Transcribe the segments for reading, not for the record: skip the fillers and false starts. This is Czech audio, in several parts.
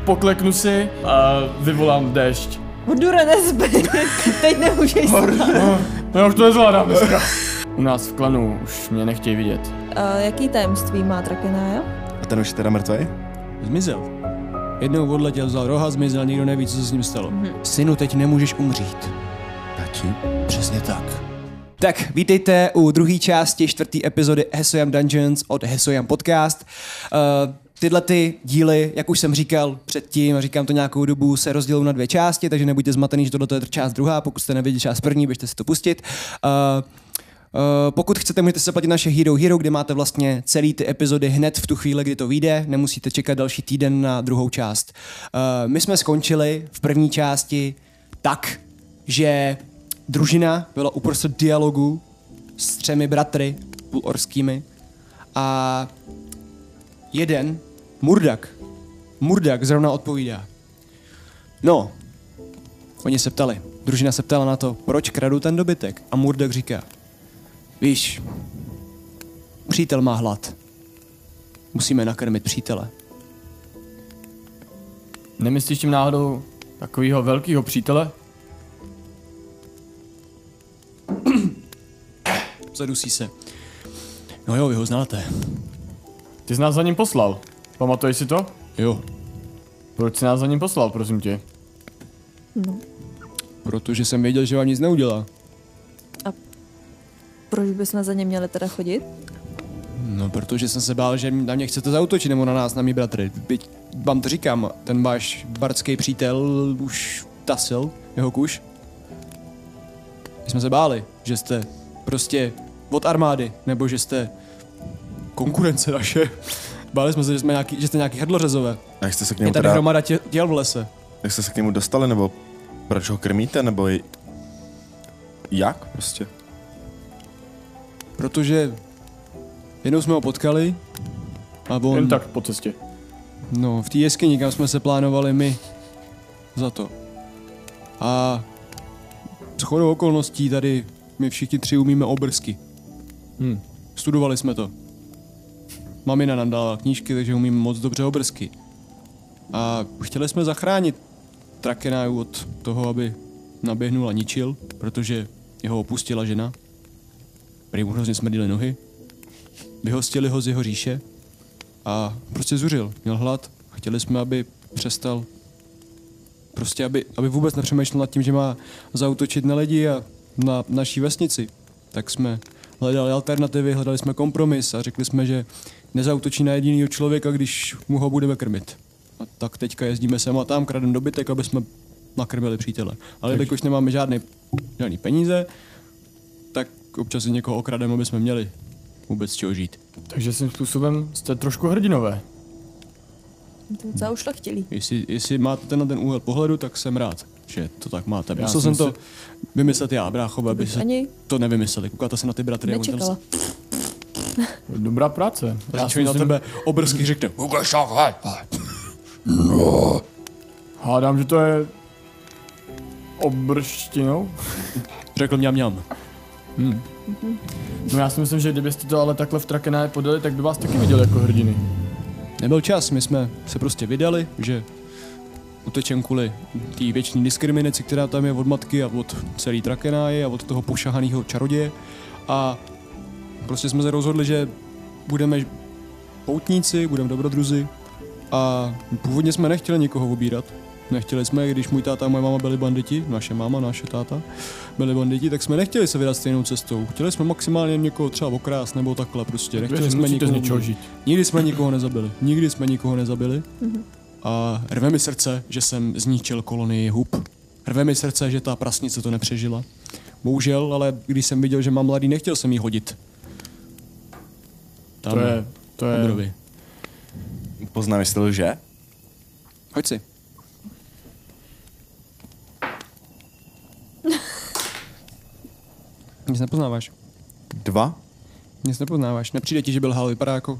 pokleknu si a vyvolám déšť. Hordure, nezbyt, teď nemůžeš No já už to nezvládám dneska. U nás v klanu už mě nechtějí vidět. Jaký tajemství má Trakenája? A ten už je teda mrtvej? Zmizel. Jednou odletěl, vzal roha, zmizel, nikdo neví, co se s ním stalo. Synu, teď nemůžeš umřít. Tati? Přesně tak. Tak, vítejte u druhé části 4. epizody Hesoyam Dungeons od Hesoyam Podcast. Tyhle ty díly, jak už jsem říkal předtím, a říkám to nějakou dobu, se rozdělují na 2 části, takže nebuďte zmatený, že tohle je část druhá, pokud jste neviděli část první, běžte si to pustit. Pokud chcete, můžete se platit naše Hero, kde máte vlastně celý ty epizody hned v tu chvíli, kdy to vyjde, nemusíte čekat další týden na druhou část. My jsme skončili v první části tak, že družina byla uprostřed dialogu s 3 bratry půlorskými a jeden, Murdak zrovna odpovídá. No, oni se ptali, družina se ptala na to, proč kradu ten dobytek a Murdak říká, víš, přítel má hlad. Musíme nakrmit přítele. Nemyslíš tím náhodou takovýho velkýho přítele? Zadusí se. No jo, vy ho znáte. Ty jsi nás za ním poslal. Pamatuješ si to? Jo. Proč jsi nás za ním poslal, prosím tě? No. Protože jsem věděl, že vám nic neudělá. Proč bychom za ně měli teda chodit? No, protože jsem se bál, že na mě chcete zaútočit, nebo na nás, na mý bratry. Byť vám to říkám, ten váš bardský přítel už tasil, jeho kuš. My jsme se báli, že jste prostě od armády, nebo že jste konkurence naše. Báli jsme se, že jste nějaký hrdlořezové. A jak jste se k němu Je tady hromada těl v lese. Jak jste se k němu dostali, nebo proč ho krmíte, nebo jak prostě? Protože jednou jsme ho potkali a on... Jen tak po cestě. No, v té jeskyni, kam jsme se plánovali my za to. A shodou okolností tady my všichni 3 umíme obrsky. Studovali jsme to. Mamina nám dala knížky, takže umíme moc dobře obrsky. A chtěli jsme zachránit Trakenáju od toho, aby naběhnul a ničil, protože jeho opustila žena. Prý mu hrozně smrdily nohy. Vyhostili ho z jeho říše a prostě zuřil. Měl hlad. Chtěli jsme, aby přestal. Prostě, aby vůbec nepřemýšlel nad tím, že má zaútočit na lidi a na naší vesnici. Tak jsme hledali alternativy, hledali jsme kompromis a řekli jsme, že nezaútočí na jedinýho člověka, když mu ho budeme krmit. A tak teďka jezdíme sem a tam, kradem dobytek, aby jsme nakrmili přítele. Ale jelikož nemáme žádný peníze, tak občas si někoho okrademe, aby jsme měli vůbec z čeho žít. Takže svým způsobem jste trošku hrdinové. To docela ušlechtilý. Jestli máte ten úhel pohledu, tak jsem rád, že to tak máte. Já Musel jsem to vymyslet já, bráchové, aby se to nevymysleli. Koukáte se na ty bratry. Nečekala. Dobrá práce. Já si na tebe obrsky řekne. No. Hádám, že to je obrštinou. Řekl mňam. No já si myslím, že kdybyste to ale takhle v Trakenáji podali, tak by vás taky viděli jako hrdiny. Nebyl čas, my jsme se prostě vydali, že utečem kvůli té věčné diskriminaci, která tam je od matky a od celý Trakenáje a od toho pošahaného čaroděje. A prostě jsme se rozhodli, že budeme poutníci, budeme dobrodruzi a původně jsme nechtěli nikoho obírat. Nechtěli jsme, když můj táta a moje máma byli banditi, naše máma, naše táta byli banditi, tak jsme nechtěli se vydat stejnou cestou. Chtěli jsme maximálně někoho třeba okrást nebo takhle prostě. Nechtěli jsme nikoho žít. Nikdy jsme nikoho nezabili. A rve mi srdce, že jsem zničil kolonii hub. Rve mi srdce, že ta prasnice to nepřežila. Bohužel, ale když jsem viděl, že mám mladý, nechtěl jsem jí hodit. Tam to je... Obrovy. Poznám, jestli lže? Hoď si. Nic nepoznáváš. 2? Nic nepoznáváš. Nepřijde ti, že byl hal, vypadá jako...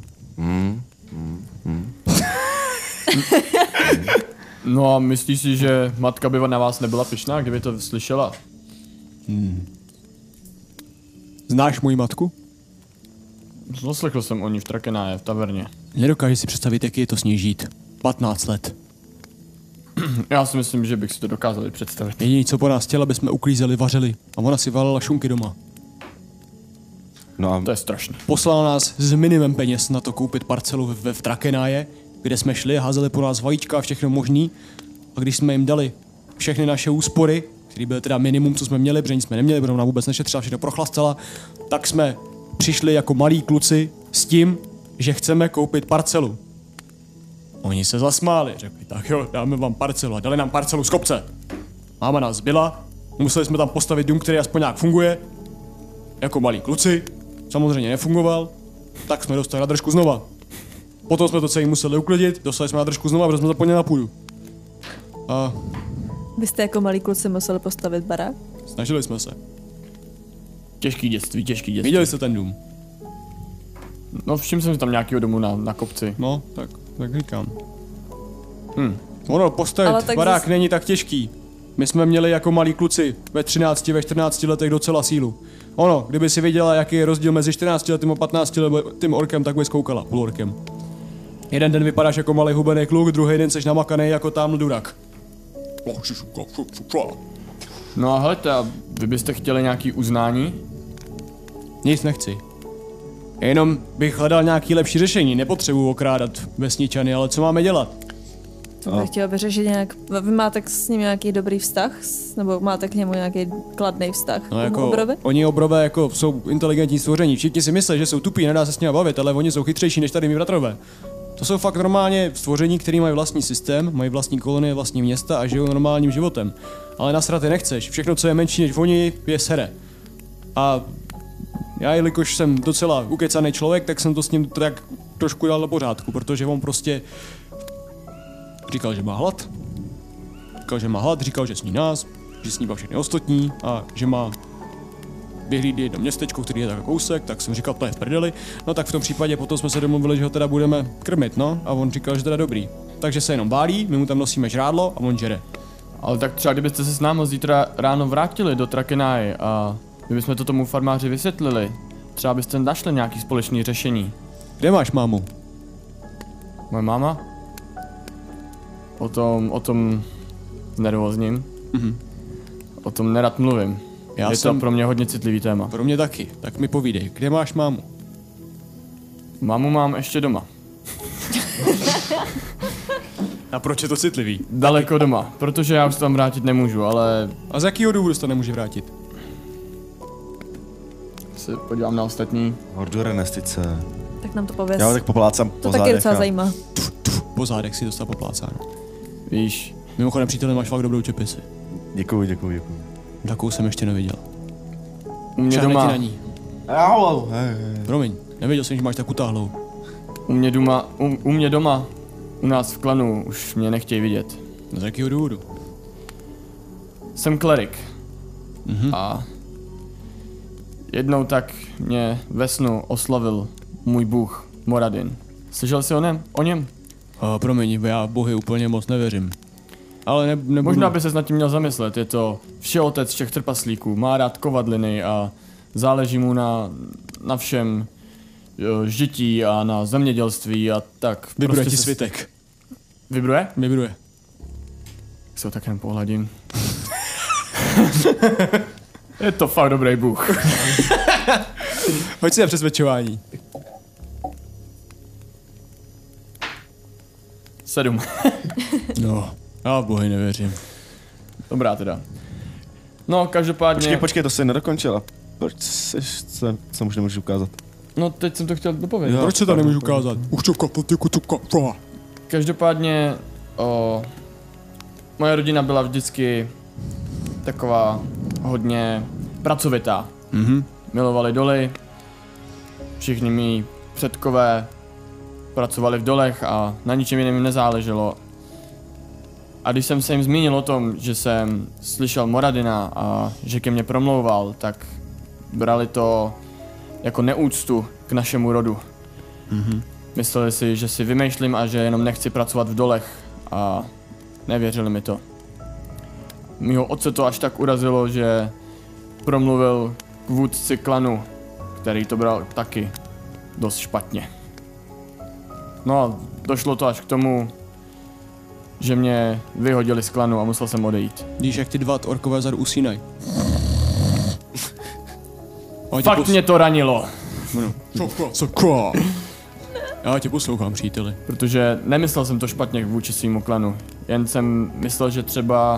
No a myslíš si, že matka by na vás nebyla pyšná, kdyby to slyšela? Znáš moji matku? Zaslechl jsem o ní v Trakenáje, v taverně. Nedokážeš si představit, jaký je to s ní žít. 15 let. Já si myslím, že bych si to dokázal představit. Jediný, co po nás chtěla, aby jsme uklízeli, vařili. A ona si valila šunky doma. No a To je strašný. Poslala nás s minimem peněz na to koupit parcelu v Trakenáje, kde jsme šli, házeli po nás vajíčka a všechno možný. A když jsme jim dali všechny naše úspory, které byly teda minimum, co jsme měli, protože nic jsme neměli, protože ona vůbec nešetřila, všechno prochlastala, tak jsme přišli jako malí kluci s tím, že chceme koupit parcelu. Oni se zasmáli, řekli, tak jo, dáme vám parcelu a dali nám parcelu z kopce. Máma nás zbyla, museli jsme tam postavit dům, který aspoň nějak funguje, jako malí kluci, samozřejmě nefungoval, tak jsme dostali na držku znova. Potom jsme to celý museli uklidit, dostali jsme na držku znova, protože jsme zapomněli na půdu. A Vy jste jako malí kluci museli postavit barák? snažili jsme se. Těžký dětství. Viděli jste ten dům? No všiml jsem si tam nějakého domu na kopci. No, tak říkám. Ono, postavit Ale tak barák zas- není tak těžký. My jsme měli jako malí kluci ve 13, ve 14 letech docela sílu. Ono, kdyby si viděla, jaký je rozdíl mezi 14 letým a 15 letým orkem, tak bys koukala, půlorkem. Jeden den vypadáš jako malý hubený kluk, druhý den seš namakaný jako tamhle durak. No a hele, a vy byste chtěli nějaký uznání? Nic nechci. Jenom bych hledal nějaký lepší řešení, nepotřebuji okrádat vesničany, ale co máme dělat? To bych chtěla vyřešit nějak. Vy máte s ním nějaký dobrý vztah? Nebo máte k němu nějaký kladný vztah? No Tomu jako, obrovi? oni obrové jako jsou inteligentní stvoření, všichni si myslí, že jsou tupí, nedá se s nimi bavit, ale oni jsou chytřejší než tady mý bratrové. To jsou fakt normálně stvoření, který mají vlastní systém, mají vlastní kolonie, vlastní města a žijou normálním životem. Ale nasrat je nechceš, všechno, co je menší než oni, je sere. A já, jelikož jsem docela ukecaný člověk, tak jsem to s ním tak trošku dal do pořádku, protože on prostě říkal, že má hlad. Říkal, že sní nás, že sníva všechny ostatní a že má vyhlídl jedno městečko, který je tak kousek, tak jsem říkal, to je v prdeli. No tak v tom případě potom jsme se domluvili, že ho teda budeme krmit, no, a on říkal, že teda dobrý. Takže se jenom válí, my mu tam nosíme žrádlo a on žere. Ale tak třeba kdybyste se s námi zítra ráno vrátili do Trakenáje a my bychom to tomu farmáři vysvětlili, třeba byste našli nějaký společný řešení. Kde máš mámu? Moje máma? O tom nervózním. O tom nerad mluvím. Já Je jsem to pro mě hodně citlivý téma. Pro mě taky, tak mi povídej, kde máš mámu? Mámu mám ještě doma. A proč je to citlivý? Daleko doma, protože já už se tam vrátit nemůžu, ale A z jakého důvodu se to nemůže vrátit? se podívám na ostatní. Hordu renestice. Tak nám to pověz. Já ho tak poplácám To po taky zádech docela a- zajímá. Po zádech si dostal poplácáno. Víš, Mimochodem, příteli, máš fakt dobrou čepici. Děkuju. Takovou jsem ještě neviděl. u mě Šáhne ti doma, na ní. Promiň, nevěděl jsem, že máš tak utáhlou. u mě doma, u nás v klanu už mě nechtějí vidět. No z jakého důvodu? Jsem klerik. A jednou tak mě ve snu oslavil můj bůh Moradin. Slyšel jsi o něm? Promiň, já bohy úplně moc nevěřím. Ale nebudu... Možná by se nad tím měl zamyslet, je to všeotec všech trpaslíků, má rád kovadliny a záleží mu na všem žití a na zemědělství a tak. Vybruje Prostě ti svitek. Vybruje? Vybruje. Tak se ho tak jen pohladím. Je to fakt dobrý bůh. Hoď si na přesvědčování. 7. No, já v bohy nevěřím. Dobrá teda. No, každopádně... Počkej, to jsi nedokončila. Proč co už nemůžu ukázat? No, teď jsem to chtěl dopovědět. Jo. Proč se to nemůžu ukázat? Už to Každopádně, moje rodina byla vždycky taková hodně pracovitá. Milovali doly, všichni mý předkové pracovali v dolech a na ničem jiném jim nezáleželo. A když jsem se jim zmínil o tom, že jsem slyšel Moradina a že ke mně promlouval, tak brali to jako neúctu k našemu rodu. Mysleli si, že si vymýšlím a že jenom nechci pracovat v dolech a nevěřili mi to. Mýho otce to až tak urazilo, že promluvil k vůdci klanu, který to bral taky dost špatně. No a došlo to až k tomu, že mě vyhodili z klanu a musel jsem odejít. Víš, jak ty dva orkové vzadu usínají. Fakt mě to ranilo. Co? Já tě poslouchám, příteli. Protože nemyslel jsem to špatně vůči svýmu klanu. Jen jsem myslel, že třeba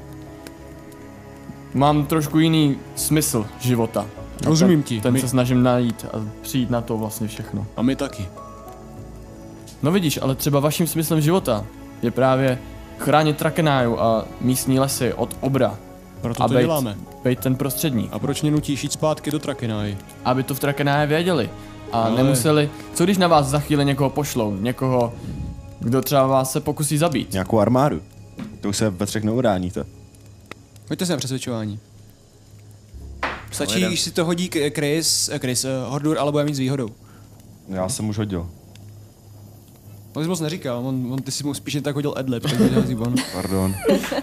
mám trošku jiný smysl života. A Rozumím ti. Ten se snažím najít a přijít na to vlastně všechno. A my taky. No vidíš, ale třeba vaším smyslem života je právě chránit Trakenáju a místní lesy od obra. Proto A to bejt- děláme. Bejt ten prostředník. A proč mě nutíš jít zpátky do Trakenáji? Aby to v Trakenáje věděli. A Ale- nemuseli, co když na vás za chvíli někoho pošlou, někoho, kdo třeba vás se pokusí zabít. Nějakou armádu. To už se ve 3 neuráníte. Pojďte se na přesvědčování. Stačí, jedem. když si to hodí Chris, Hordur, ale bude mít s výhodou. Já jsem už hodil. On jsi moc neříkal, ty si mu spíš jen tak hodil adlib, tak hodil zíban. Pardon.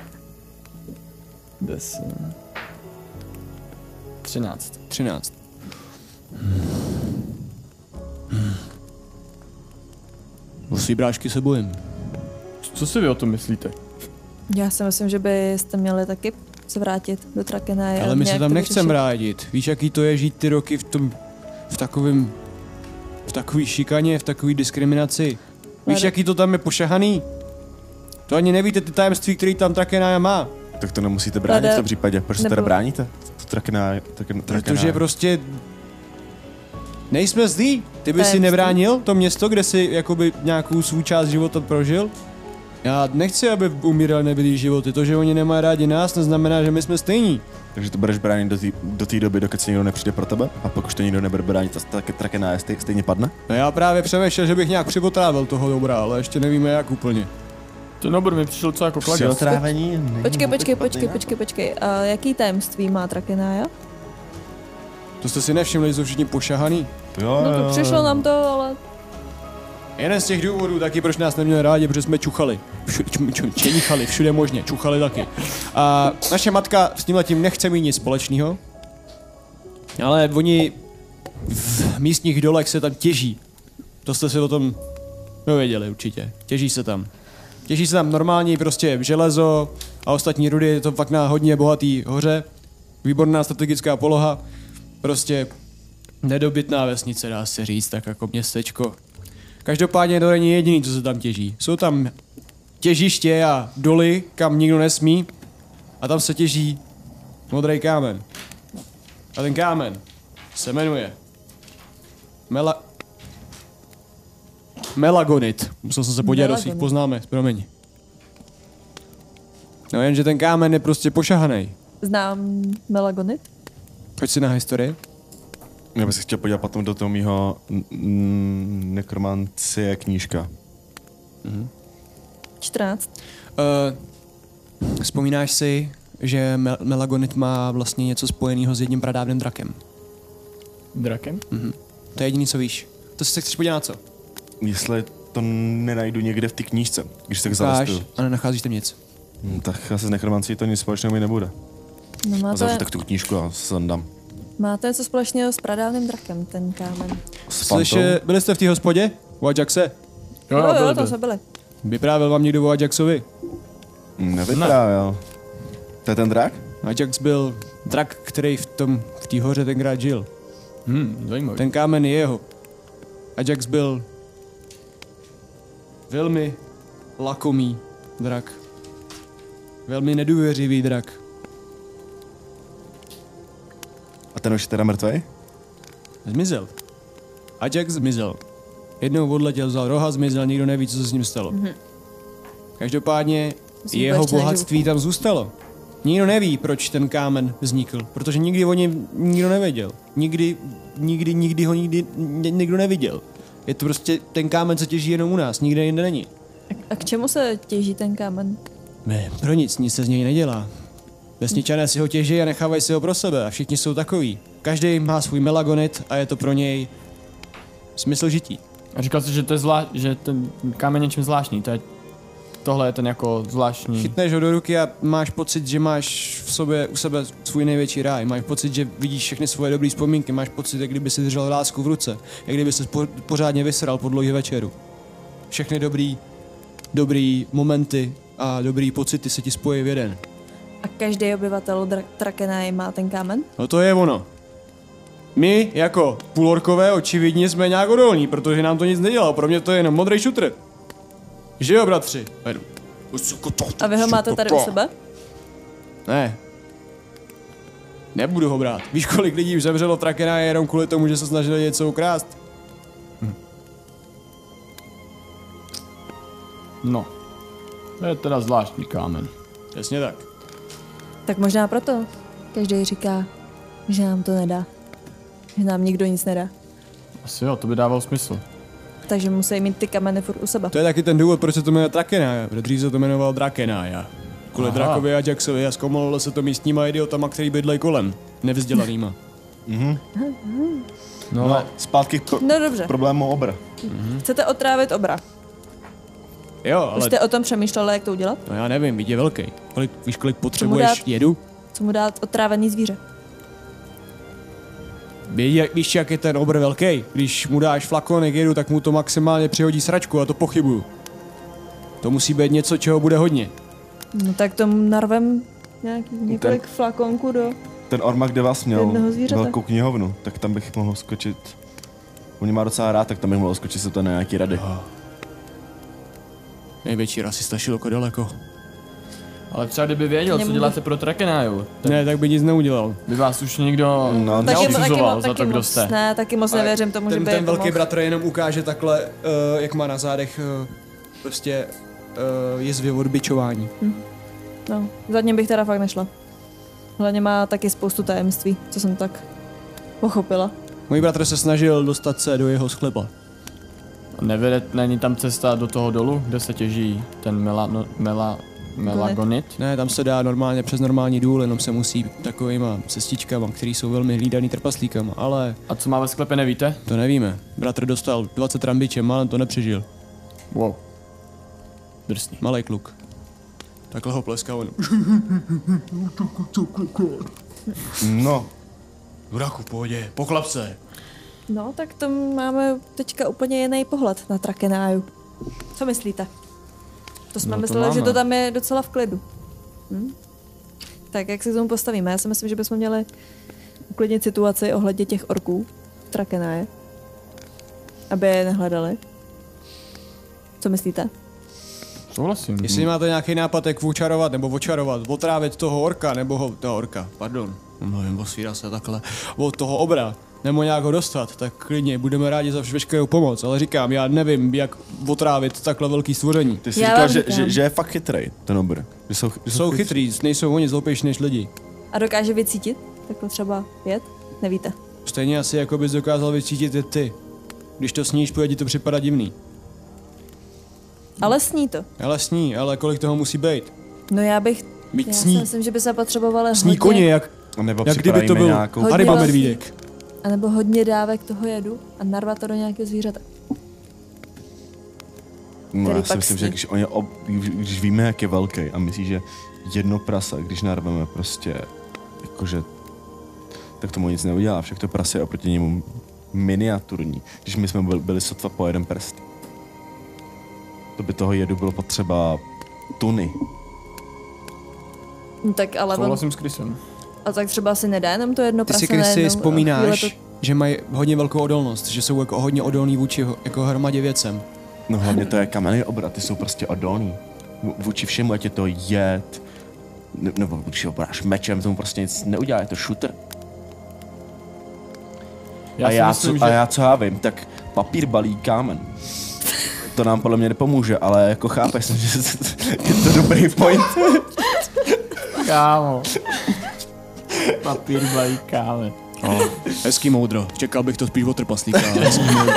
10. 13. 13. O svý brášky se bojím. Co si vy o tom myslíte? Já si myslím, že byste měli taky se vrátit do Trakenáje. Ale a my se nějak tam to nechcem vyřešit. vrátit. Víš, jaký to je žít ty roky v takový šikaně, v takový diskriminaci. Víš, Ale- jaký to tam je pošahaný? To ani nevíte ty tajemství, který tam Trakenája má. Tak to nemusíte bránit Lede- v tom případě. Proč se teda nebo- bráníte? Trakenáj. Protože prostě nejsme zlí. Ty bys si Tajemství. nebránil to město, kde si jakoby nějakou svou část života prožil? Já nechci, aby umírali nebyli životy. To, že oni nemají rádi nás, neznamená, že my jsme stejní. Takže to budeš bránit do té doby, dokud se nikdo nepřijde pro tebe? A pokud to nikdo nebude bránit, tak Trakenáj stejně padne? No já právě přemýšlel, že bych nějak připotrávil toho dobra, ale ještě nevíme jak úplně. Ten obr mi přišel co jako klaga. Trávení není Počkej. A jaký tajemství má Trakenája? To jste si nevšimli, že jsou všichni pošahaný? Jo, No to přišlo nám to, ale Jeden z těch důvodů taky, proč nás neměli rádi, protože jsme čuchali. Čenichali, všude možně, čuchali taky. A naše matka s tímhletím nechce mít nic společného, ale oni v místních dolech se tam těží. To jste si o tom nevěděli určitě. Těží se tam. Těží se tam normální prostě železo a ostatní rudy, je to fakt na hodně bohatý hoře. Výborná strategická poloha. Prostě nedobytná vesnice, dá se říct, tak jako městečko. Každopádně to není jediný, co se tam těží. Jsou tam těžiště a doly, kam nikdo nesmí. A tam se těží modrý kámen. A ten kámen se jmenuje Melagonit. Musel jsem se podívat do svých Melagonit. poznámek, promiň. No jenže ten kámen je prostě pošahaný. znám Melagonit. Pojď si na historii. Já bych se chtěl podívat potom do toho mýho nekromancie knížka. 14. Vzpomínáš si, že Melagonit má vlastně něco spojeného s jedním pradávným drakem? Drakem? To je jediný, co víš. To si se chceš podívat na co? Jestli to nenajdu někde v té knížce, když tak Ukáž zalistuju. a nenacházíš tam nic. Tak asi s nekromancí to nic společného mi nebude. No A zavřu máte, tak tu knížku a sandám. máte něco společného s pradávným drakem, ten kámen. S Slyš, Fantou. byli jste v té hospodě? O Ajaxe? Jo, Jo, byli, tam byli. jsme byli. Vyprávěl vám někdo o Ajaxovi? Nevyprávěl. To je ten drak? Ajax byl drak, který v té hoře tenkrát žil. Zajímavý. Ten kámen je jeho. Ajax byl velmi lakomý drak. Velmi nedůvěřivý drak. A ten už je teda mrtvej? Zmizel. Ajax zmizel. Jednou odletěl, vzal roha, zmizel, nikdo neví, co se s ním stalo. Každopádně Myslím, jeho ještě bohatství tam zůstalo. Nikdo neví, proč ten kámen vznikl, protože nikdy o něm nikdo nevěděl. Nikdy ho nikdo neviděl. Je to prostě ten kámen, co těží jenom u nás, nikde jinde není. A k čemu se těží ten kámen? Ne, pro nic se z něj nedělá. Vesničané si ho těží a nechávají si ho pro sebe a všichni jsou takový. Každý má svůj melagonit a je to pro něj smysl žití. A říkal jsi, že, že ten kámen je něčím zvláštní, tohle je ten jako zvláštní. Chytneš ho do ruky a máš pocit, že máš u sebe svůj největší ráj. Máš pocit, že vidíš všechny svoje dobré vzpomínky. Máš pocit, jak kdyby si držel lásku v ruce. Jak kdyby se pořádně vysral po dlouhé večeru. Všechny dobrý momenty a dobrý pocity se ti spojí v jeden. A každý obyvatel Trakenae má ten kámen? No to je ono. My, jako půlorkové, očividně jsme nějak odolní, protože nám to nic nedělá. Pro mě to je jenom modrý šutr. Že jo, bratři? A vy ho máte tady u sebe? Ne. Nebudu ho brát. Víš, kolik lidí už zemřelo v Trakenae jenom kvůli tomu, že se snažili něco ukrást? No. To je teda zvláštní kámen. Přesně tak. Tak možná proto. Každý říká, že nám to nedá. Že nám nikdo nic nedá. Asi jo, to by dávalo smysl. Takže musí mít ty kameny furt u sebe. To je taky ten důvod, proč se to jmenuje Trakenae. Dřív se to jmenoval Drakenae. Kvůli Aha. Drakovi a Jaxovi a zkomolilo se to místníma idiotama, který bydlej kolem. Nevzdělanýma. No ale Zpátky No dobře. problému obra. Chcete otrávit obra. Jo, Už ale jste o tom přemýšleli, jak to udělat? no já nevím, vidě velký. Víš, kolik potřebuješ dát? jedu? Co mu dát otrávený zvíře? Víš, jak je ten obr velký? Když mu dáš flakonek jedu, tak mu to maximálně přihodí sračku a to pochybuju. To musí být něco, čeho bude hodně. No tak tomu narvem nějaký několik flakonků do... Ten Ormak, kde vás měl Jednoho zvířete. velkou knihovnu, tak tam bych mohl skočit. On mě má docela rád, tak tam bych mohl skočit se to na nějaký rady. Největší rasista šiloko daleko. Ale třeba kdyby věděl, co Nemůže. děláte pro Trakenaju, Ne, tak by nic neudělal. by vás už někdo No, neodsuzoval za to, kdo jste. Ne, taky moc nevěřím tomu, že ten, by ten jako velký mohl. bratr jenom ukáže takhle, jak má na zádech prostě jezvy od bičování. No, za ním bych teda fakt nešla. Hlavně má taky spoustu tajemství, co jsem tak pochopila. Můj bratr se snažil dostat se do jeho sklepa. Není tam cesta do toho dolu, kde se těží ten melagonit? Ne, tam se dá normálně přes normální důl, jenom se musí takovýma cestičkama, který jsou velmi hlídaný trpaslíkama, ale A co má ve sklepě, nevíte? to nevíme. Bratr dostal 20 rambičem, málem to nepřežil. Wow. Drsný. Malej kluk. Takhle ho pleská on. No, Hurachu, v pohodě, pochlap se. No, tak to máme teďka úplně jiný pohled na Trakenáju. Co myslíte? To jsme No, to mysleli, že máme. to tam je docela v klidu. Tak jak se k tomu postavíme? Já si myslím, že bychom měli uklidnit situaci ohledně těch orků v Trakenáje. Aby je nehledali. Co myslíte? Souhlasím. Jestli máte nějaký nápad, jak očarovat, nebo očarovat, otrávit toho orka, nebo toho orka, pardon, mluvím o se takhle, od toho obra, nebo nějak ho dostat, tak klidně budeme rádi za veškerou pomoc, ale říkám, já nevím, jak otrávit takhle velký stvoření. ty jsi Já říkal, vám že, říkám. že je fakt chytrej, ten obr. Že Jsou chytrý, nejsou oni zloupější než lidi. A dokáže vycítit? Takhle třeba jet? Nevíte. Stejně asi jako bys dokázal vycítit i ty. Když to sníš, bude ti to připadat divný. Ale sní to. Ale sní, ale kolik toho musí být? No já bych... Být Já si sní. myslím, že by se potřebovali Sní hodně... koně, jak Nebo kdyby to připravíme byl nějakou... Hodně Hariba velký. medvídek. A nebo hodně dávek toho jedu a narvat to do nějakého zvířata. No, který já si pak myslím, sní. že když víme, jak je velký a myslíš, že jedno prasa, když narveme prostě, jakože, tak tomu nic neudělá. Však to prase je oproti němu miniaturní. Když my jsme byli sotva po jeden prst. To by toho jedu bylo potřeba tuny. No tak ale on... Souhlasím s Chrisem. A tak třeba si nedá jenom to jedno Ty prase si, Krysy, najednou a vzpomínáš, chvíli že mají hodně velkou odolnost, že jsou jako hodně odolní vůči jako hromadě věcem. No hlavně to je kamenný obrat, ty jsou prostě odolní. Vůči všemu, ať je to jed, nebo když ho bráš mečem, tomu prostě nic neudělá, je to shooter. Já si myslím, A já co já vím, tak papír balí kámen. To nám podle mě nepomůže, ale jako chápeš, že je to dobrý point. Kámo. Papír balí kámen. Hezký moudro, čekal bych to spíš od trpaslíka, ale hezký moudro.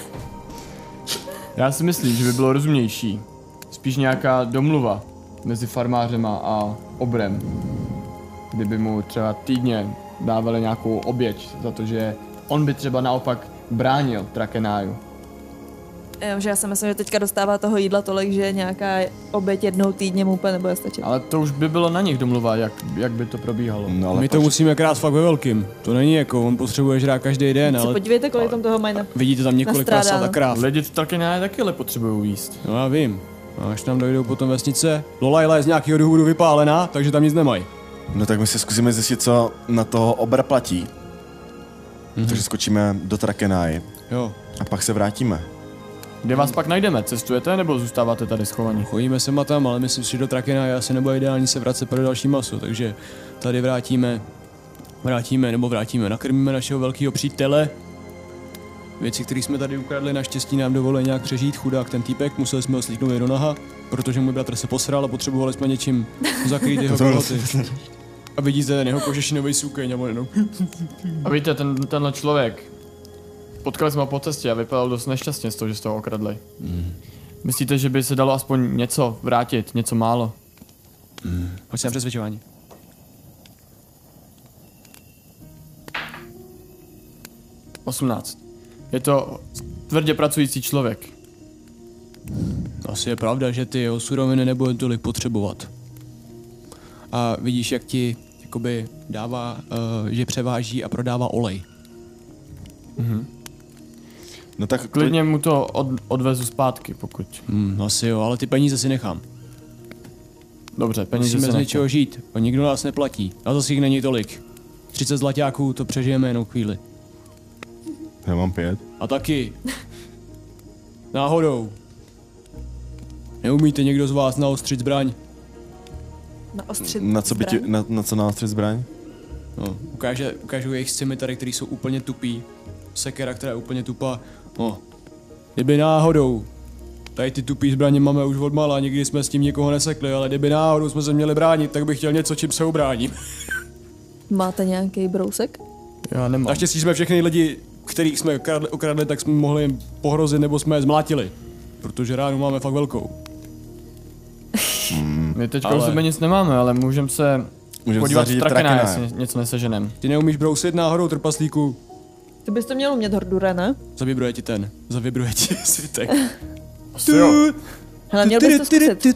Já si myslím, že by bylo rozumnější spíš nějaká domluva mezi farmářema a obrem. Kdyby mu třeba týdně dávali nějakou oběť za to, že on by třeba naopak bránil Trakenáju. Že já si myslím, že teďka dostává toho jídla tolik, že nějaká oběť jednou týdně mu úplně nebude stačit. Ale to už by bylo na nich domluva, jak by to probíhalo. No, ale My to musíme krát fakt ve velkým. To není jako, on potřebuje žrát každý den, Se ale podívejte, kolik tam toho mají na... vidíte tam několik Nastrádáno. prasat a kráv. Lidi v Trakenáje taky ale potřebují jíst. No já vím. A až nám dojdou potom vesnice, Lolajla je z nějakého důvodu vypálená, takže tam nic nemají. No tak my si zkusíme zjistit, co na toho obra platí. Takže skočíme do Trakenai Jo. a pak se vrátíme. Kde vás pak najdeme? Cestujete nebo zůstáváte tady schovaní? Chodíme sem a tam, ale myslím si, že do Trakena asi nebude ideální se vracet pro další maso, takže tady vrátíme, nakrmíme našeho velkého přítele. Věci, které jsme tady ukradli, naštěstí nám dovolili nějak přežít, chudák ten týpek, museli jsme ho slíknout do noha, protože můj bratr se posral a potřebovali jsme něčím zakrýt jeho kalhoty. A vidíte ten jeho kožešinový sukeň a jenom. A víte, tenhle člověk, potkali jsme ho po cestě a vypadal dost nešťastně z toho, že jste ho okradli. Myslíte, že by se dalo aspoň něco vrátit, něco málo? Hoď se na přesvědčování. 18. Je to tvrdě pracující člověk. Asi je pravda, že ty jeho suroviny nebude tolik potřebovat. A vidíš, jak ti jakoby dává, že převáží a prodává olej. No tak Klidně mu to odvezu zpátky, pokud. Asi jo, ale ty peníze si nechám. Dobře, peníze Musíme se z nechte. něčeho žít, a nikdo nás neplatí. A zase jich není tolik. 30 zlaťáků, to přežijeme jenom chvíli. Já mám 5. A taky. Náhodou. Neumíte někdo z vás naostřit zbraň? Na ostřit Na co by ti, zbraň? na co nástřed zbraň? No, ukážu jejich scimitáry, který jsou úplně tupý. Sekera, která je úplně tupá. No, kdyby náhodou. Tady ty tupý zbraně máme už odmala, nikdy jsme s tím nikoho nesekli, ale kdyby náhodou jsme se měli bránit, tak bych chtěl něco, čím se ubráním. Máte nějaký brousek? Já nemám. Naštěstí jsme všechny lidi, kterých jsme okradli, tak jsme mohli jim pohrozit nebo jsme je zmlátili. Protože ránu máme fakt velkou. My teďka Ale- u sebe nic nemáme, ale můžeme se podívat v zařídit Trakena, Trakena. jestli něco neseženem. Ty neumíš brousit náhodou, trpaslíku? Ty bys to měl umět, Hordure, ne? Zavibruje ti svitek. Asi jo. Hele, měl bys to zkusit.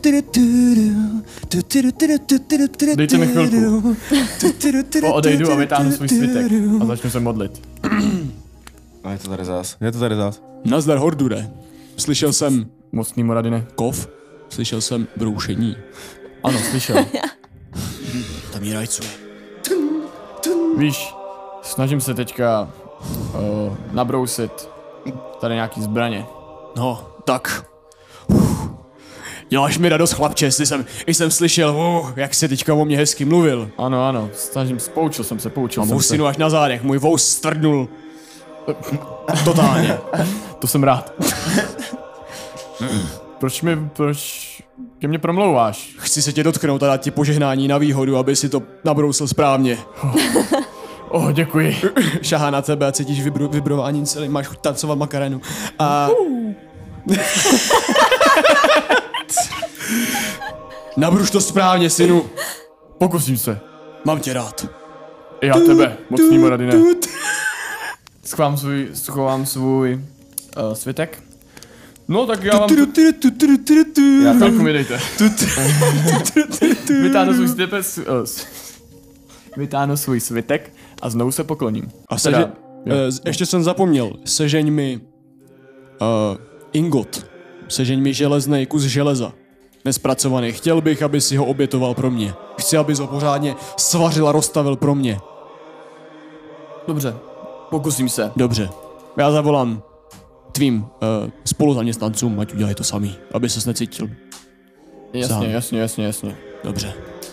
Dejte mi chvilku. Odejdu a vytáhnu svůj svitek a začnu se modlit. A je to tady zás. Nazdar, Hordure. Slyšel jsem Mocný Moradine. kov, slyšel jsem broušení. Ano, slyšel. Tam jí rajcuje. Víš, snažím se teďka nabrousit tady nějaký zbraně. No, tak. Děláš mi radost, chlapče, jsem slyšel, jak jsi teďka o mě hezky mluvil. Ano, poučil jsem se. Mám hustinu až na zádech, můj vous stvrdnul. Totálně. To jsem rád. Proč ke mně promlouváš? Chci se tě dotknout a dát ti požehnání na výhodu, aby si to nabrousil správně. Děkuji. Šahá na tebe a cítíš vibrování celý, máš chuť tancovat makarenu. A... Nabruš to správně, synu. Pokusím se. Mám tě rád. Já tebe, mocný Moradine. Schovám svůj svitek. No tak já vám chvilku mi dejte. Vytáhnu svůj svitek a znovu se pokloním. A Teda, ještě jsem zapomněl, sežeň mi ingot. Sežeň mi železný kus železa. Nespracovaný. Chtěl bych, aby si ho obětoval pro mě. Chci, abys ho pořádně svařil a rozstavil pro mě. Dobře, pokusím se. Dobře. Já zavolám tvým spoluzaměstnancům, ať udělají to samý, aby ses necítil. Jasně. Dobře.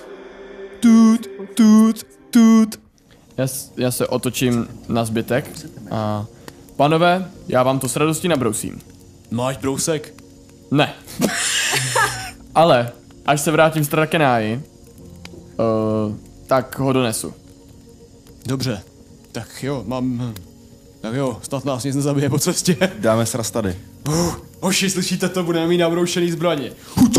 Tut. Já se otočím na zbytek a panové, já vám to s radostí nabrousím. Máš brousek? Ne. Ale až se vrátím z Trakenáji, tak ho donesu. Dobře. Tak jo, tak jo, snad nás nic nezabije po cestě. Dáme sraz tady. Hoši, slyšíte to, budeme mít nabroušený zbraně.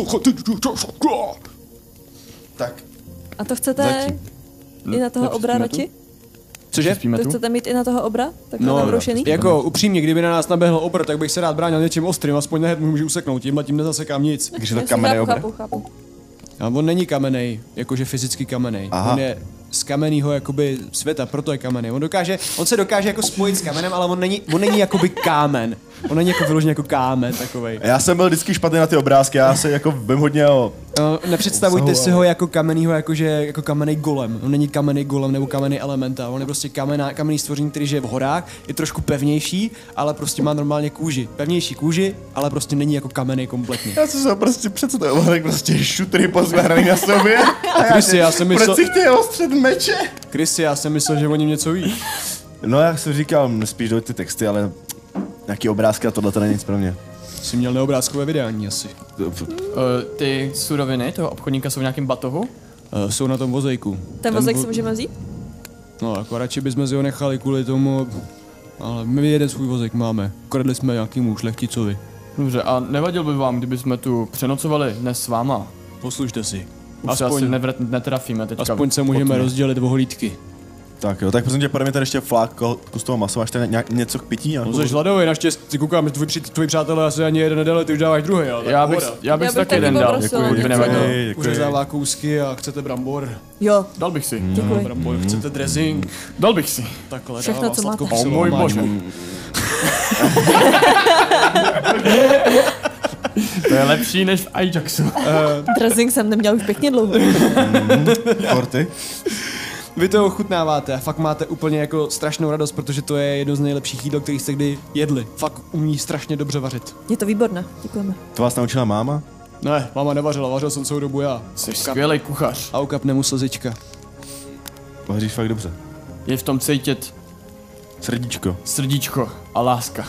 Tak. A to chcete Zatím. i na toho obra nepřispíme radši? Cože? Přispíme To tu? chcete mít i na toho obra? Takhle nabroušený? Jako upřímně, kdyby na nás naběhl obr, tak bych se rád bránil něčím ostrým, aspoň nehned můžu useknout, tím nezasekám nic. Když je to Jasně, kamenný obr. chápu. A on není kamenej, jakože fyzicky kamenej. Aha. On je z kamenného jakoby světa, proto je kamenej. On se dokáže jako spojit s kamenem, ale on není jakoby kámen. On není jako vyložený jako kámen takovej. Já jsem byl vždycky špatný na ty obrázky, já se jako vím hodně o... Nepředstavujte si ho jako kamenýho, jako kamenný golem. On není kamenný golem nebo kamenný elementál. On je prostě kamenný stvoření, který žije v horách, je trošku pevnější, ale prostě má normálně kůži. Pevnější kůži, ale prostě není jako kamenný kompletně. Já jsem se prostě představoval, tak prostě šutry pozváraný na sobě. Krysy, já jsem myslel... Proč si chtěl ostřet meče? Krysy, já jsem myslel, že o něm něco ví. No jak jsem říkal, spíš do ty texty, ale nějaký obrázky a tohle to není nic pro mě. Jsi měl neobrázkové vydání asi. Ty suroviny toho obchodníka jsou v nějakém batohu? Jsou na tom vozejku. Ten vozek si můžeme vzít? No, jako radši bychom si ho nechali kvůli tomu, ale my jeden svůj vozek máme. Kradli jsme nějakýmu šlechticovi. Dobře, a nevadil by vám, kdyby jsme tu přenocovali dnes s váma? Poslušte si. Už se asi netrafíme teďka. Aspoň se můžeme rozdělit o hlídky. Tak jo, tak prosím tě, podej mi tady ještě flák kus toho masa, máš tady něco k pití? No jsi hladový, naštěstí koukám, že tvoji přátelé asi ani jeden nedali, ty už dáváš druhý, ale já bych taky jeden dal, pokud by nevadil. Uřezává kousky a chcete brambor. Jo. Dal bych si. Děkuji. Brambor, chcete dressing. Dal bych si. Takhle Všechno, dává co máte. sladkokyselou Můj omáčku. bože. To je lepší než v Ajaxu. Dressing jsem neměl už pěkně dlouho. Korty? Vy to ochutnáváte a fakt máte úplně jako strašnou radost, protože to je jedno z nejlepších jídel, který jste kdy jedli. Fakt umí strašně dobře vařit. Je to výborné, děkujeme. To vás naučila máma? Ne, máma nevařila, vařil jsem celou dobu já. Jsi skvělý kuchař. A ukapne mu slzička. Vaříš fakt dobře. Je v tom cítit Srdíčko. srdíčko a láska.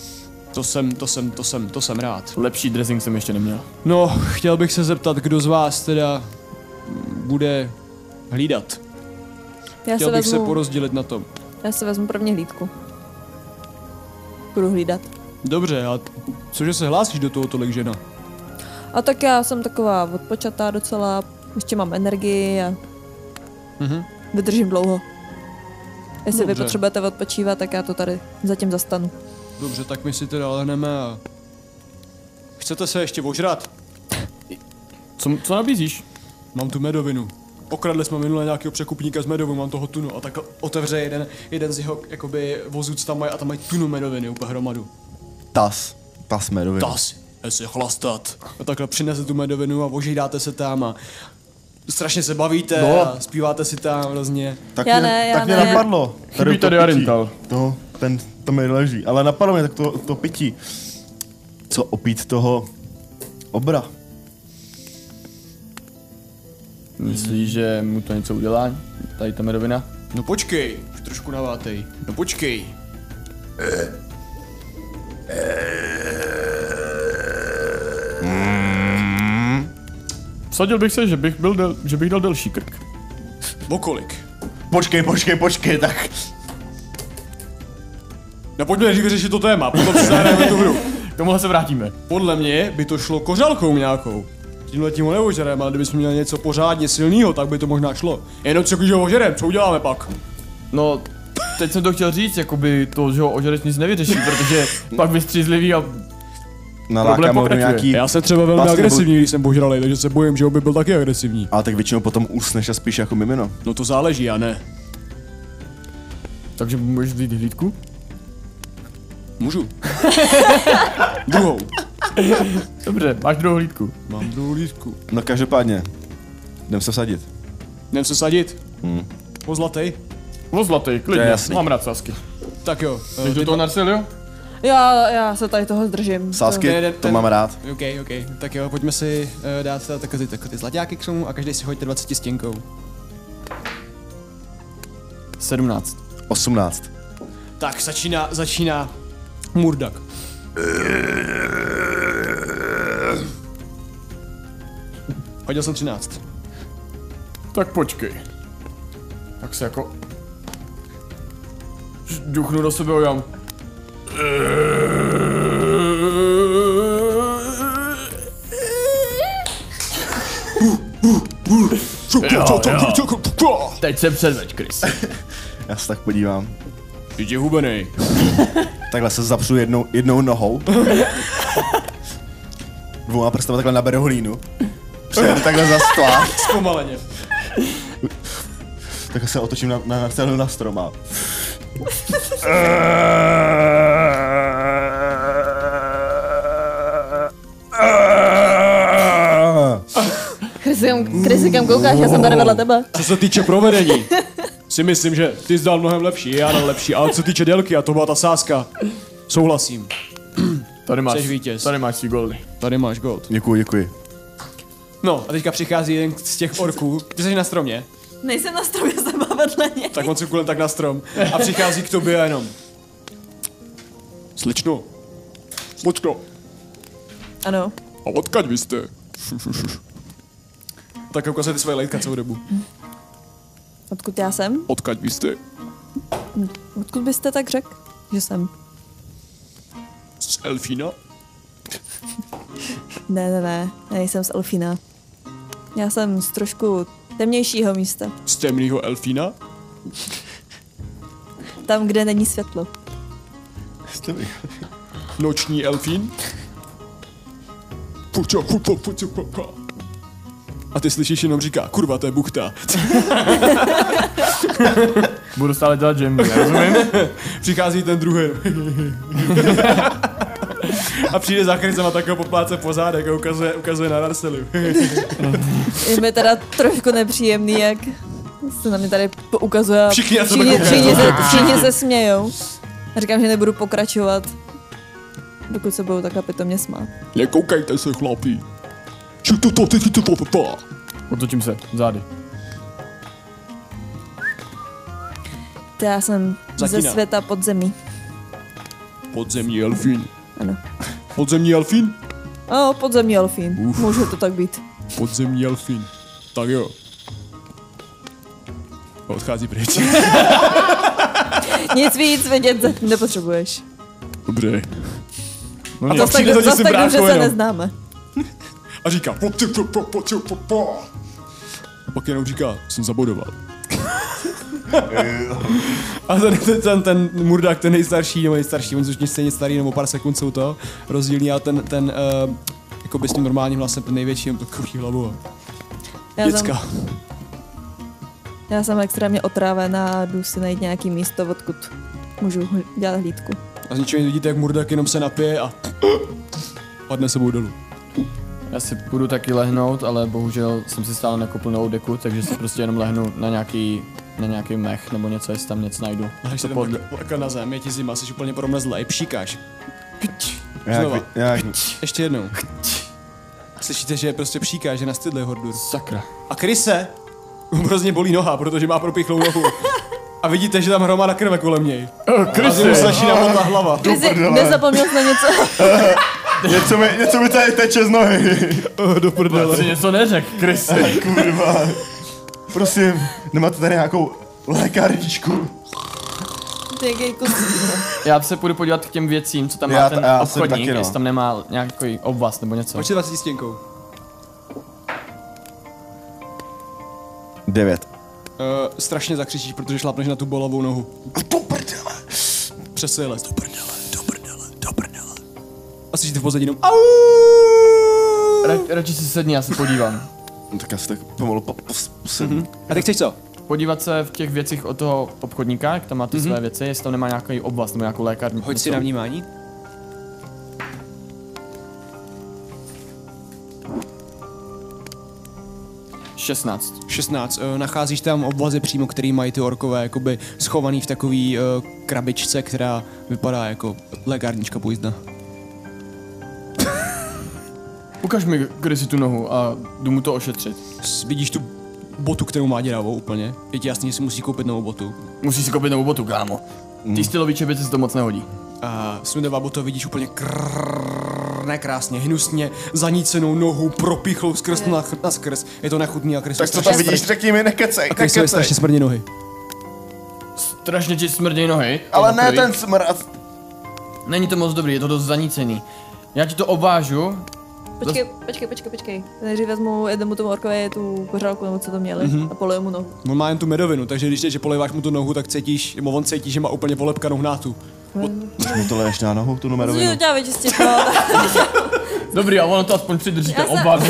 To jsem rád. Lepší dressing jsem ještě neměl. No, chtěl bych se zeptat, kdo z vás teda bude hlídat. Chtěl bych se porozdělit na tom. Já se vezmu první hlídku. Budu hlídat. Dobře, a cože se hlásíš do toho tolik, žena? A tak já jsem taková odpočatá docela, ještě mám energii a vydržím dlouho. Jestli Dobře. vy potřebujete odpočívat, tak já to tady zatím zastanu. Dobře, tak my si teda lehneme a... Chcete se ještě ožrat? Co nabízíš? Mám tu medovinu. Okradli jsme minule nějakého překupníka z medovou, mám toho tunu a tak otevře jeden z jeho jakoby vozů, co tam mají a tam mají tunu medoviny úplně hromadu. Tas medoviny. Tas, se chlastat. A takhle přinese tu medovinu a ožídáte se tam a strašně se bavíte a zpíváte si tam hrozně. Tak Já mě, ne, tak já mě ne. napadlo. Chybí to tady pití. Arintal. To mi leží. Ale napadlo mě tak to pití. Co opít toho obra? Myslíš, že mu to něco udělá? Tady ta medovina? No počkej, už trošku navátej. No počkej. Vsadil bych se, že bych dal delší krk. Okolik? Počkej, tak... No pojďme nejdřív vyřešit to téma, potom si zahrajeme tu hru. K tomuhle se vrátíme. Podle mě by to šlo kořálkou nějakou. Tímhletím ho neožerem, ale kdybychom měli něco pořádně silného, tak by to možná šlo. Jenom co když ho ožerem, co uděláme pak? No, teď jsem to chtěl říct, jakoby to, že ho ožereš nic nevyřeší, protože pak vystřízlivý a Nalákáme ho do nějaký... Já jsem třeba velmi Vlastně agresivní, když jsem požralej, takže se bojím, že on by byl taky agresivní. Ale tak většinou potom usneš a spíš jako mimino. No to záleží, já ne. takže můžeš vzít hlídku? Můžu. Druhou. Dobře, máš druhou hlídku. Mám druhou lístku. No každopádně, jdem se vsadit. Jdem se sadit. Po zlatej. O zlatý, To je klidně, jasný. mám rád sásky. Tak jo. Jdeš do toho Narsilio? Já se tady toho zdržím. Sásky, to mám rád. OK. Tak jo, pojďme si dát takové ty zlaťáky k tomu a každý si hoďte 20 stěnkou. 17. 18. Tak začíná Murdak. Hodil jsem 13. Tak počkej. Tak se jako... Duchnu do sebe a já... Teď se předveď, Chris. Já se tak podívám. Jdi hubenej. Takhle se zapřu jednou nohou. Dvouma prstama takhle naberu hlínu. Přejdu takhle za stvár. Zpomaleně. Takhle se otočím na celou na stroma. Chrisy, kam koukáš, já jsem tady vedle tebe. Co se týče provedení, si myslím, že ty jsi dal mnohem lepší, já dal lepší, ale co se týče délky, a to byla ta sázka, souhlasím. Tady máš, Jseš vítěz. tady máš si goldy. Tady máš gold. Děkuji. No a teďka přichází jeden z těch orků, ty jsi na stromě, Nejsem na stromě, jsem vedle něj. tak on se kulem tak na strom a přichází k tobě a jenom. Slično, počko, Ano. a odkaď vy jste? Tak ukazujete svoje lejtka celou dobu. Odkud já jsem? Odkaď vy jste? Odkud byste tak řekl, že jsem? Z Elfína? Ne, nejsem z Elfína. Já jsem z trošku temnějšího místa. Z temného Elfína? Tam, kde není světlo. Noční Elfín? A ty slyšíš jenom říká, kurva, to je buchta. Budu stále dělat jammy, rozumím? Přichází ten druhý. A přijde za Chrisem a takového popláce po zádech a ukazuje na Narcelu. Je mi teda trošku nepříjemný, jak se na mě tady poukazuje a Všichni na sebe koukají. všichni se smějou. A říkám, že nebudu pokračovat, dokud se budou takhle pitomně smát. Nekoukejte se, chlapi. Otočím se, zády. Já jsem ze Zatíná. světa podzemí. Podzemní Elfín. Ano. Podzemní Elfín? Podzemní elfín. Může to tak být. Podzemní Elfín. Tak jo. Odchází pryč. Nic víc vědět nepotřebuješ. Dobře. No, A mě- zas tak přijde za dobře tím brácho se jenom. neznáme. A říká a pak jenom říká, jsem zabodoval. A ten murdák, ten nejstarší, on už nic stejně starý, nebo pár sekund jsou to rozdílný, a ten jako by s tím normálním hlasem, ten největší, jen to kruší hlavu. Děcka. Já jsem extrémně otrávená a jdu si najít nějaký místo, odkud můžu dělat hlídku. A z ničeho vidíte, jak murdák jenom se napije a padne sebou dolů. Já si půjdu taky lehnout, ale bohužel jsem si stále nakopl novou deku, takže si prostě jenom lehnu na nějaký mech nebo něco, jestli tam něco najdu. Lehneš se tam takhle na zem, je ti zima, jsi úplně promrzlej, pšíkáš. Znova. Ještě jednou. Slyšíte, že prostě pšíká, že nastydlý Hordur. Sakra. A Chrise hrozně bolí noha, protože má propichlou nohu. A vidíte, že tam hromada krve kolem něj. A že mu se začíná motla hlava. Nezapomněl jsi na něco? Něco mi tady teče z nohy. Do prdele. Jsi něco neřekl, Chrisy. Kurva. Prosím, nemáte tady nějakou lékárničku? Já se půjdu podívat k těm věcím, co tam má Já ten jsem obchodník, taky, no. jestli tam nemá nějaký obvaz nebo něco. Pojď si 20 stěnkou. 9. Strašně zakřičíš, protože šlápneš na tu bolavou nohu. Do prdele. Přesně les. Do prdele. A slyšíte v pozadí jenom au! Radši si sedni, já se podívám. No, tak já se tak pomalu posednu. A ty chceš co? Podívat se v těch věcích od toho obchodníka, jak tam má ty své věci, jestli tam nemá nějaký obvaz nebo nějakou lékárnu. Hoď si na vnímání. Šestnáct. 16. Nacházíš tam obvazy přímo, který mají ty orkové jakoby schovaný v takový krabičce, která vypadá jako lékárnička pojízdna. Ukaž mi, Chrisy, tu nohu a jdu mu to ošetřit. Vidíš tu botu, kterou má děravou úplně. Je ti jasný, že si musí koupit novou botu. Musíš si koupit novou botu, kámo. Ty stylový čepice se to moc nehodí. A smrdavá bota vidíš úplně nekrásně, hnusně, zanícenou nohu, propichlou skrz na skrz. Je to nechutný a Chris. Tak co tam vidíš, řekni mi, nekecej, A Chris je strašně smrdí nohy. Strašně ti smrdějí nohy. Ale to ne poprvé. ten smrad. Není to moc dobrý, je to dost zanícený. Já ti to obvážu. Počkej. Nejdřív vezmu jednomu tomu orkovi tu kořálku, nebo co to měli, a poliju mu nohu. On má jen tu medovinu, takže když že poliváš mu tu nohu, tak cítíš, nebo on cítí, že má úplně polepkanou hnátu. Mu to leješ na nohu, tu Musíš numerovinu. to dělat vyčistit, no. Dobrý, a ono to aspoň přidrží ten Já jsem- obvaz.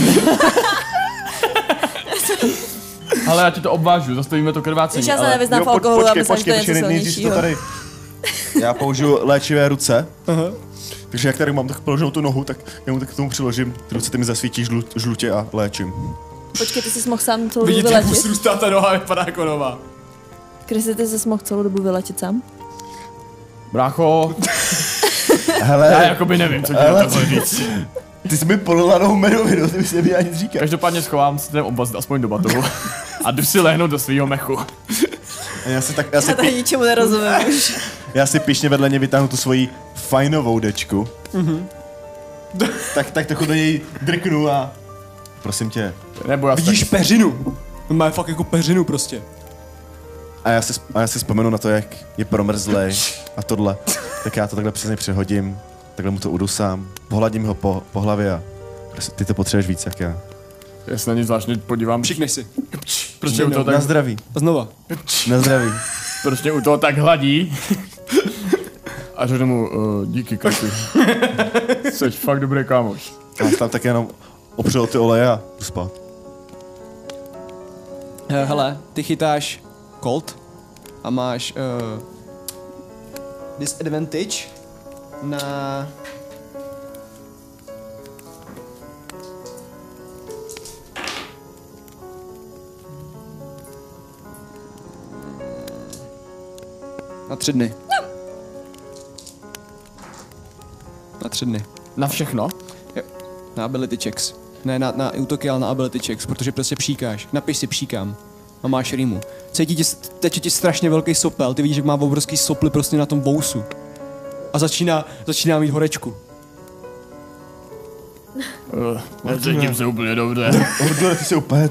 Ale já ti to obvážu, zastavíme to krvácení. Když já se ale... nevyznám v alkoholu, a myslím, že to je něco nejdřív to silnějšího. tady. Já použiju léčivé ruce. Takže jak tady mám tak položenou tu nohu, tak já mu tak k tomu přiložím. Ty ruce ty mi zasvítí žlutě a léčím. Počkej, ty jsi mohl sám celou dobu Vidíte, jak mu vylečit? srůstá ta noha, vypadá jako nová. Krysy, ty jsi mohl celou dobu vylečit sám? Brácho, Hele, já jakoby nevím, co ti na tohle říct. ty jsi mi polila nohu medovinu, ty mi se neměla nic říkat. Každopádně schovám si ten obvaz aspoň do batohu a jdu si lehnout do svýho mechu. Já si Já tady ničemu nerozumím už. Já si pišně vedle ně vytáhnu tu svoji fajnovou dečku. tak trochu do něj drknu a... Prosím tě. Nebo já Vidíš peřinu? On má fakt jako peřinu prostě. A já si vzpomenu na to, jak je promrzlej a tohle. Tak já to takhle přes něj přehodím, takhle mu to udusám, pohladím ho po hlavě a ty to potřebuješ víc jak já. Já se na ně zvláštně podívám. Šikneš si. Prostě u toho Na tak, zdraví, A znova. na zdraví. prostě u toho tak hladí. A řeknu mu, díky Kasy. Jsi fakt dobrý kámoš. A tam tak jenom opřel ty oleje a jdu spát. Hele, ty chytáš Colt a máš disadvantage na... Na 3 dny. Na 3 dny. Na všechno? Jo. Na ability checks. Ne na útoky, ale na ability checks, protože prostě pšíkáš. Napiš si pšíkám. A máš rýmu. Teče ti strašně velký sopel, ty vidíš, že má obrovský soply prostě na tom vousu. A začíná mít horečku. Cítím se úplně dobře. Ordure, ty se úplně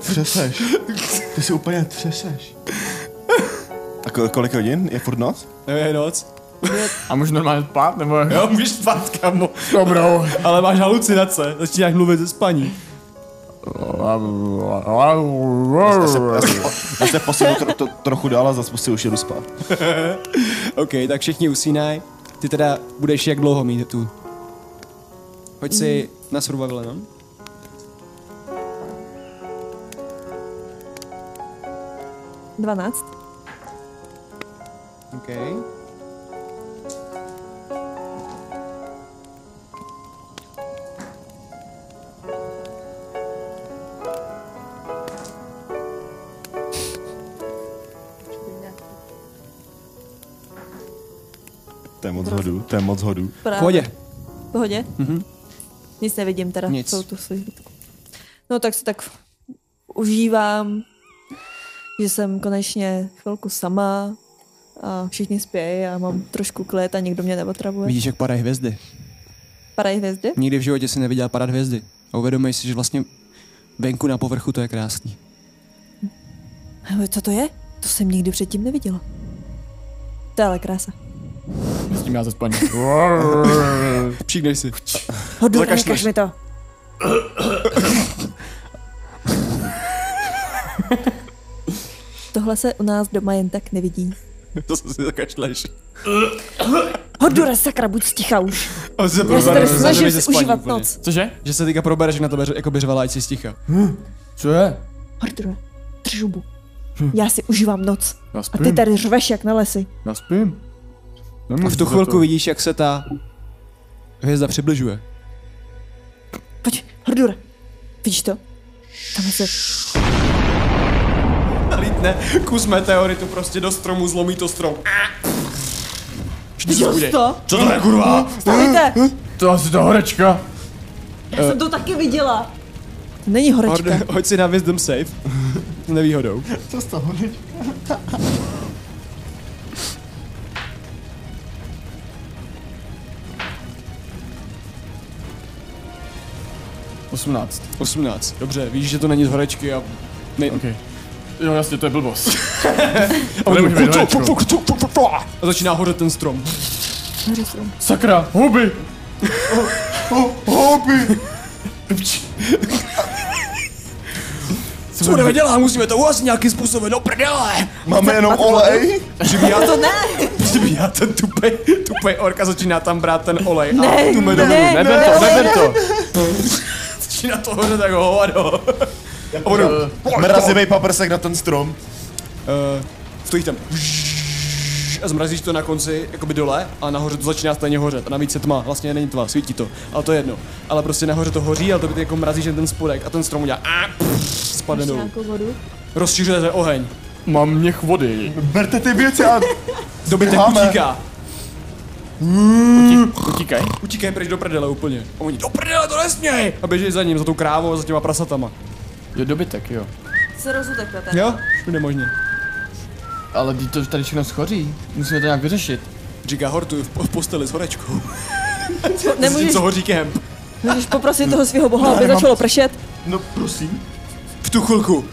třeseš. A kolik hodin? Je furt noc? Je noc. A můžu normálně spát, nebo jak? Jo, můžeš spát, kamo. Dobrou. Ale máš halucinace, začínáš mluvit ze spaní. Já se posunu trochu dál a zase si už jedu spát. OK, tak všichni usínají. Ty teda budeš jak dlouho mít tu? Hoď si na survival jenom. Dvanáct. OK. To je moc hodů. V pohodě. V pohodě? Nic nevidím teda. Nic. Celou tu svou bitku. No tak se tak užívám, že jsem konečně chvilku sama a všichni spějí a mám trošku klid a nikdo mě neotravuje. Vidíš, jak padají hvězdy. Padají hvězdy? Nikdy v životě si neviděl padat hvězdy. A uvědomej si, že vlastně venku na povrchu to je krásný. Ale co to je? To jsem nikdy předtím neviděla. To je ale krása. S tím já ze spaní. Přijknej si. Hodu, Zakašleš. nekaž mi to. Tohle se u nás doma jen tak nevidí. To si zakašleš. Hodure, sakra, buď sticha už. A se Já se tady snažím si užívat noc. Cože? Že se teďka probereš na to jako řvala, ať si sticha. Co je? Hodure, drž hubu. Já si užívám noc. Já A spím. ty tady řveš jak na lesy. Já spím. A v tu chvilku vidíš, jak se ta hvězda přibližuje. Pojď, Hodure. Vidíš to? Tam se... Lítne kus meteoritu prostě do stromu, zlomí to strom. Viděl jsi to? Co to je, kurva? Stavujte! To asi ta horečka. Já jsem to taky viděla. To není horečka. Hoď si na wisdom save. S nevýhodou. Co z toho? 18. Dobře, víš, že to není z horečky a... Okay. Jo, jasně, to je blbost. A on nemůže být horečkou. a začíná hořet ten strom. Hoří strom. Sakra, huby! Hobby! Co budeme dělat? Musíme to uhasit nějakým způsobem, no prdele! Máme jenom olej? Přibíhá To ne! přibíhá ten tupej ork a začíná tam brát ten olej Ne, a tu medovinu. ne. Neber to. Začíná to hořet jako hovado. A ono Mrazivej paprsek na ten strom. stojí tam. a zmrazíš to na konci, jakoby dole, a nahoře to začíná stejně hořet. A navíc se tma, vlastně není tma, svítí to, ale to je jedno. Ale prostě nahoře to hoří, ale to by ty jako mrazíš jen ten spodek a ten strom udělá spadne dolů. Nějakou vodu? Rozšiřuje se oheň. Mám měch vody. Berte ty věci a Dobytek Běháme. utíká. Utíkej. Utíkají pryč do prdele úplně. A oni, do prdele, to nesměj! A běží za ním, za tou krávou a za těma prasatama. Je dobytek, jo. Se rozutekla ten. Jo? Všude možně. Ale teď to tady všechno schoří. Musíme to nějak vyřešit. Říká Hortu v posteli s horečkou. Nemůžeš, Co hoří kemp. můžeš poprosit toho svého boha, aby začalo pršet? no prosím. V tu chvilku.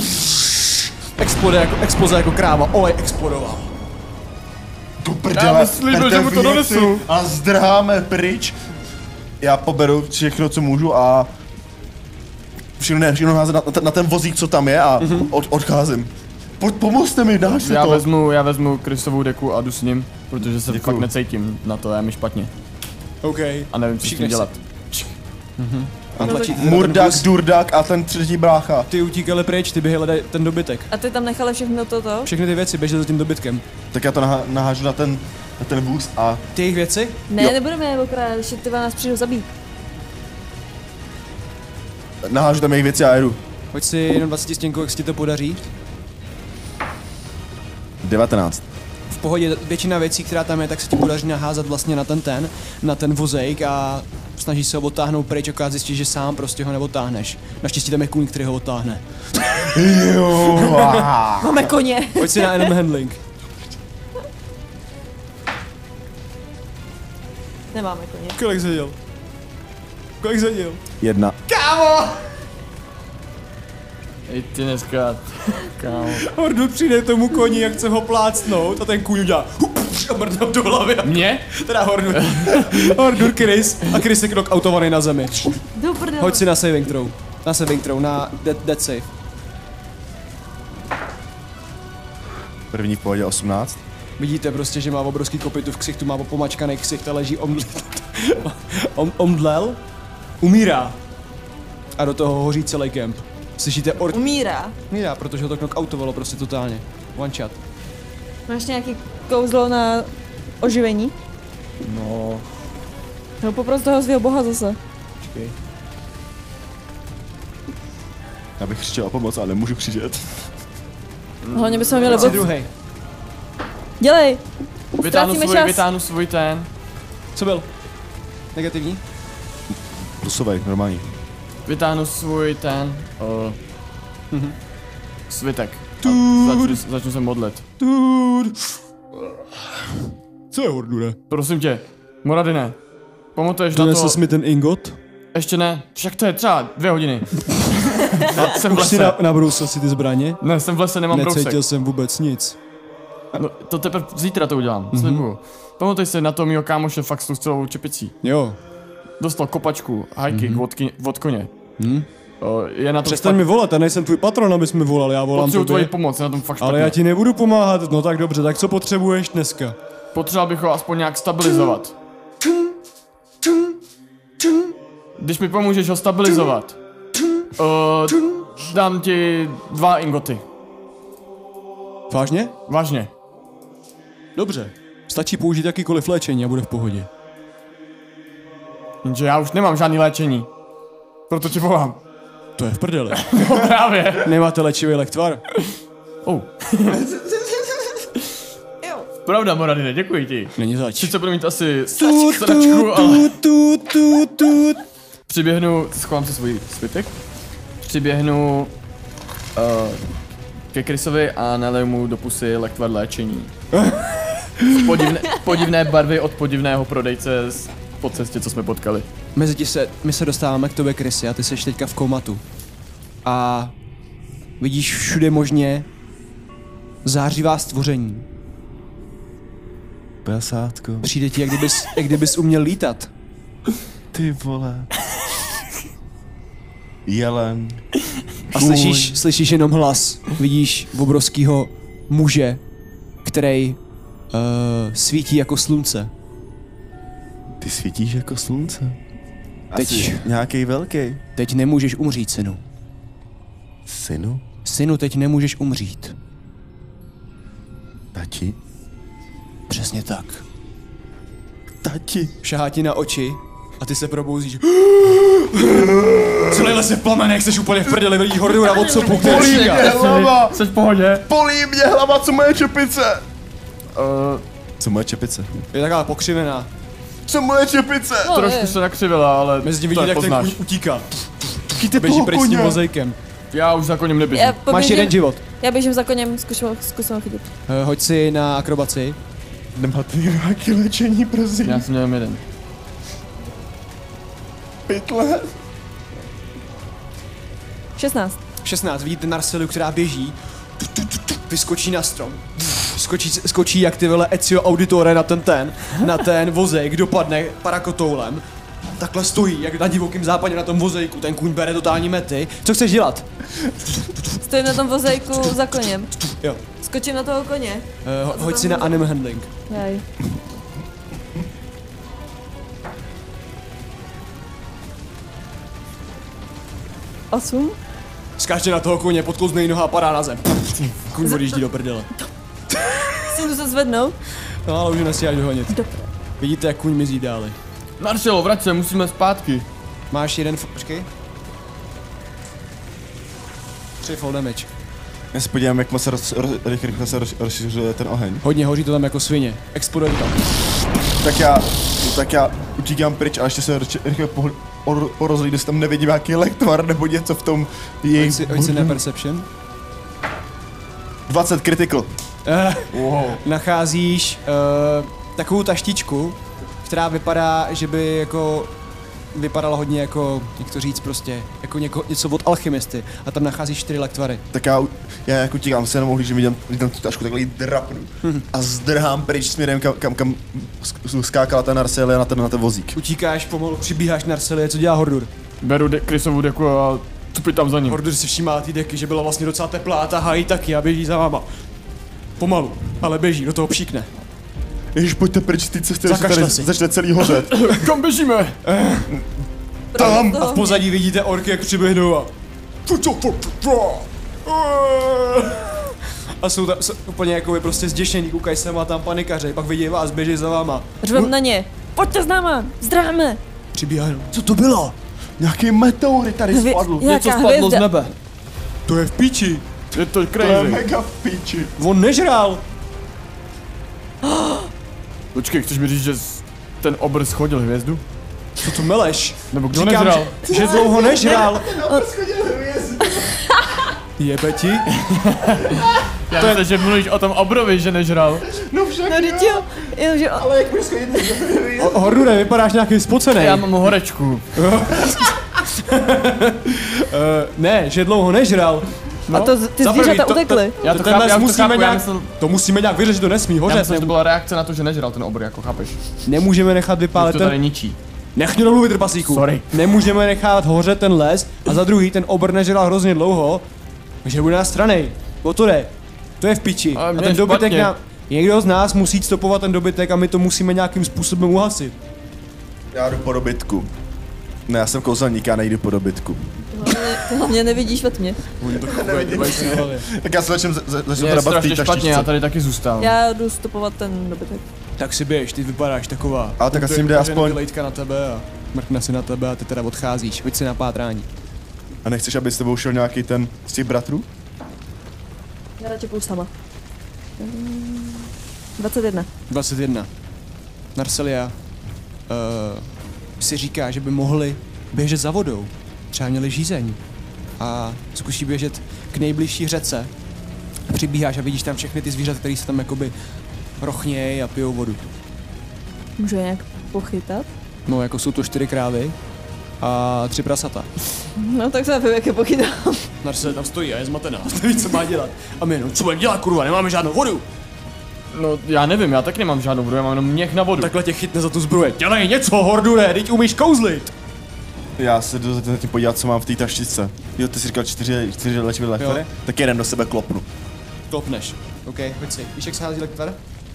Exploze jako kráva, olej explodoval. Do prdele, Já bych slíbil, berte že mu to věci donesu. A zdrháme pryč. Já poberu všechno, co můžu a všechno házet na ten vozík, co tam je a odcházím. Pomozte mi, dáš se to. Já vezmu Chrisovou deku a jdu s ním, protože se Děkuju. fakt necítím na to, je mi špatně. OK. A nevím, co s tím Všichni dělat. A tlačí Murdak, Durdak a ten třetí brácha. Ty utíkali pryč, ty běhy hledaj ten dobytek. A ty tam nechala všechno toto? Všechny ty věci běžely za tím dobytkem. Tak já to nahážu na ten vůz a Ty jejich věci? Ne, Jo. nebudeme je okrádat, ještě ty nás přijdou zabít. nahážu tam jejich věci a jedu. Pojď si jenom 20 stěnkou, jak se ti to podaří. 19. V pohodě většina věcí, která tam je, tak se ti podaří naházat vlastně na ten vozejk a snažíš se ho odtáhnout pryč, akorát zjistíš, že sám prostě ho neodtáhneš. Naštěstí tam je kůň, který ho odtáhne. Jo. Máme koně. Pojď si na animal handling. Nemáme koně. Kolik seděl? Kolik seděl? 1. Ej, ty dneska, kámo. Hordu přijde tomu koni, jak chce ho plácnout a ten kůň udělá a mrdne do hlavy. Mě? Teda Hordur. Hordur, Chris a Chris je knockoutovaný na zemi. Do prdele. Hoď si na saving throw. Na saving throw, na death save. První v pohodě 18. Vidíte prostě, že má obrovský kopitu v ksichtu, má pomačkaný ksicht a leží omdlel, umírá. A do toho hoří celý kemp. Slyšíte Umírá. umírá, protože ho to knockoutovalo prostě totálně. One shot. Máš nějaký kouzlo na oživení? No, No popros toho svého boha zase. počkej. Já bych křičel o pomoc, ale nemůžu křičet. Hlavně bychom měli Jsi bod. druhý. Dělej. Ztrácíme čas. Vytáhnu svůj ten. Co byl? Negativní? Plusovej, normální. Vytáhnu svůj ten. Svitek. A začnu se modlit. Dude. Co je Hordure? Prosím tě, Moradine, pamatuješ na Donesl to? jsi mi ten ingot? Ještě ne, však to je třeba 2 hodiny. Jsem v Už si lese. nabrousil si ty zbraně? Ne, jsem v lese, nemám brousek. Necítil jsem vůbec nic. No, to teprve zítra to udělám, slibuju. Pamatuj si na to mýho kámoše fakt s tou celou čepicí. Jo. Dostal kopačku, hajky od koně. Je na tom Přestaň mi volat, já nejsem tvůj patron, abys mi volal, já volám potřebuji tvoji tobě. pomoc, je na tom fakt špatně. Ale já ti nebudu pomáhat, no tak dobře, tak co potřebuješ dneska? Potřeboval bych ho aspoň nějak stabilizovat. Když mi pomůžeš ho stabilizovat, dám ti 2 ingoty. Vážně? Vážně. Dobře. Stačí použít jakýkoliv léčení a bude v pohodě. Jenže já už nemám žádný léčení. Proto tě volám. To je v prdeli. No právě. Nemáte léčivý lektvar? Oh. Pravda, Moradine, děkuji ti. Není zač. Sice budu mít asi sedačku, ale přiběhnu, schovám si svůj svitek, přiběhnu ke Chrisovi a naleju mu do pusy lektvar léčení. Podivné barvy od podivného prodejce po cestě, co jsme potkali. My se dostáváme k tobě, Chrisy, a ty seš teďka v komatu. A vidíš všude možně zářivá stvoření. Prasátko. Přijde ti, jak kdybys uměl lítat. Ty vole. Jelen. A slyšíš jenom hlas. Vidíš obrovskýho muže, který svítí jako slunce. Ty svítíš jako slunce. Teď- Asi nějaký velký. Teď nemůžeš umřít, synu. Synu? Synu, teď nemůžeš umřít. Tati? Přesně tak. Tati. Šahá ti na oči a ty se probouzíš. Celý les je v plamenech, jsi úplně v prdeli, vidíš Hordura od sopu, který Bolí mě říká. hlava. Jsi v pohodě? Bolí mě hlava, co moje čepice? Co moje čepice? Je taková pokřivená. Co moje čepice? No, Trošku je. se nakřivila, ale Mezi tím to vidíte, jak ten poznáš. kuň utíká. Chyťte Běží toho pryč s tím koně. vozejkem. Já už za koněm neběžím. Já Máš jeden život. Já běžím za koněm, zkusím ho chytit. Hoď si na akrobaci. Nemáte nějaký léčení, prosím? Já jsem měl jeden. Pytle. 16. 16, vidíte Narselu, která běží, vyskočí na strom, skočí jak ty vole Ezio Auditore na ten vozejk, dopadne parakotoulem, takhle stojí, jak na divokém západě na tom vozejku, ten kůň bere totální mety. Co chceš dělat? Stojím na tom vozejku za koněm. Jo, Skočím na toho koně. hoď si na animal handling. Jaj. Osm? Skáče na toho koně, podkouznej noha a padá na zem. Kůň odjíždí do prdele. Si jdu se zvednout? No ale už ho nestíháš dohonit. Dobré. Vidíte, jak kůň mizí dále. Marcelo, vrať se, musíme zpátky. Máš jeden, počkej. 3 fall damage. Já se podívám, jak moc se rychle se rozšiřuje ten oheň. Hodně hoří to tam jako svině. Exploduje to. Tak já utíkám pryč, ale ještě se rychle rozlídu, jestli tam nevidím nějaký lektvar nebo něco v tom jejich... Hoď si na perception. 20 critical. Wow. Nacházíš takovou taštičku, která vypadá, že by jako vypadala hodně jako, jak to říct prostě, jako něco od alchymisty. A tam nacházíš 4 lektvary. Tak já jako utíkám se jenom že vidím tu tašku, takhle jí drapnu. A zdrhám pryč směrem, kam skákala ta Narselia na ten vozík. Utíkáš pomalu, přibíháš na Narselie, co dělá Hordur? Beru Chrisovu deku a tupit tam za ním. Hordur si všímá ty deky, že byla vlastně docela teplá a tahají taky a běží za váma. Pomalu, ale běží, do toho příkne. Ježiš, pojďte pryč z té cesty, Zakašle tady si. začne celý hořet. Kam běžíme? Tam! A v pozadí vidíte orky, jak přiběhnou a... A jsou úplně jako by prostě zděšený, koukají sem a tam panikaři, pak vidí vás, běží za váma. Řvem na ně. Pojďte s náma, zdráme. Přibíhají, co to bylo? Nějaký meteorit tady spadl. Něco spadlo z nebe. To je v píči. Je to To je crazy. mega v píči. On nežral. Počkej, chceš mi říct, že ten obr schodil hvězdu? Co to meleš? Nebo kdo Říkám, nežral? že dlouho nežral. Jebe ti? Já myslím, že mluvíš o tom obrovi, že nežral. No však No teď jo, že ale jak budeš schodit Hordure, vypadáš nějaký spocený. Já mám horečku. Ne, že dlouho nežral. a to ty Za prvý, zvířata utekly. Já to ten chápu, les já to musíme chápu, já nějak, myslel, to musíme nějak vyřešit, to nesmí já hořet. myslím, že to byla reakce na to, že nežral ten obr, jako chápeš? Nemůžeme nechat vypálit To tady ten... ničí. Nech mě domluvit, trpasíku. Sorry. Nemůžeme nechat hořet ten les a za druhý ten obr nežral hrozně dlouho, že bude na straně. O to jde. To je v piči. Ale A mě ten je dobytek špatně. nám... Někdo z nás musí stopovat ten dobytek a my to musíme nějakým způsobem uhasit. Já jdu po dobytku. Ne, já jsem kouzelník, já nejdu po dobytku. Ty hlavně nevidíš ve tmě. Tak já se začnu Mě je drabat v té strašně špatně, já taštičce. tady taky zůstávám. Já jdu stopovat ten dobytek. Tak si běž, ty vypadáš taková. Ale tak asi jim jde aspoň- Lejtka na tebe a mrkne si na tebe a ty teda odcházíš. Hoď si na pátrání. A nechceš, aby s tebou šel nějaký ten z těch bratrů? Já radši půjdu sama. 21. 21. Narselia si říká, že by mohli běžet za vodou. Třeba měli žízeň. A zkusí běžet k nejbližší řece. Přibíháš a vidíš tam všechny ty zvířata, které se tam jakoby rochnějí a pijou vodu. Můžu je nějak pochytat? No jako jsou to 4 krávy a 3 prasata. No tak se nevím, jak je pochytám. Narselia tam stojí a je zmatená. Neví, co má dělat. A my jenom, co budeme dělat, kurva, nemáme žádnou vodu. No, já nevím, já taky nemám žádnou vodu, já mám jenom měch na vodu. Takhle tě chytne za tu zbroje. Dělej něco, Hordure, teď umíš kouzlit. Já se jdu zatím podívat, co mám v té taštičce. Jo, ty jsi říkal 4 léčivé lektory? Jo. Tak jeden do sebe klopnu. Klopneš. OK, pojď si. Víš, jak se hází lektvar?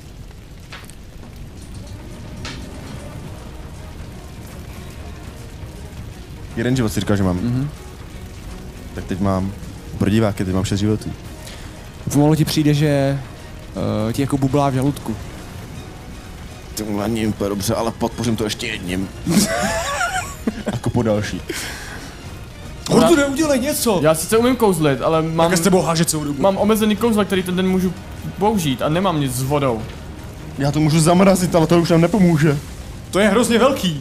Jeden život si říkal, že mám. Tak teď mám pro diváky, teď mám 6 životů. Pomalu ti přijde, že ti jako bublá v žaludku. To ani úplně dobře, ale podpořím to ještě jedním. Jako po další. Hordu, neudělej něco! Já sice umím kouzlit, ale mám, Tak s tebou hážet celou dobu. mám omezený kouzla, který ten den můžu použít a nemám nic s vodou. Já to můžu zamrazit, ale to už nám nepomůže. To je hrozně velký.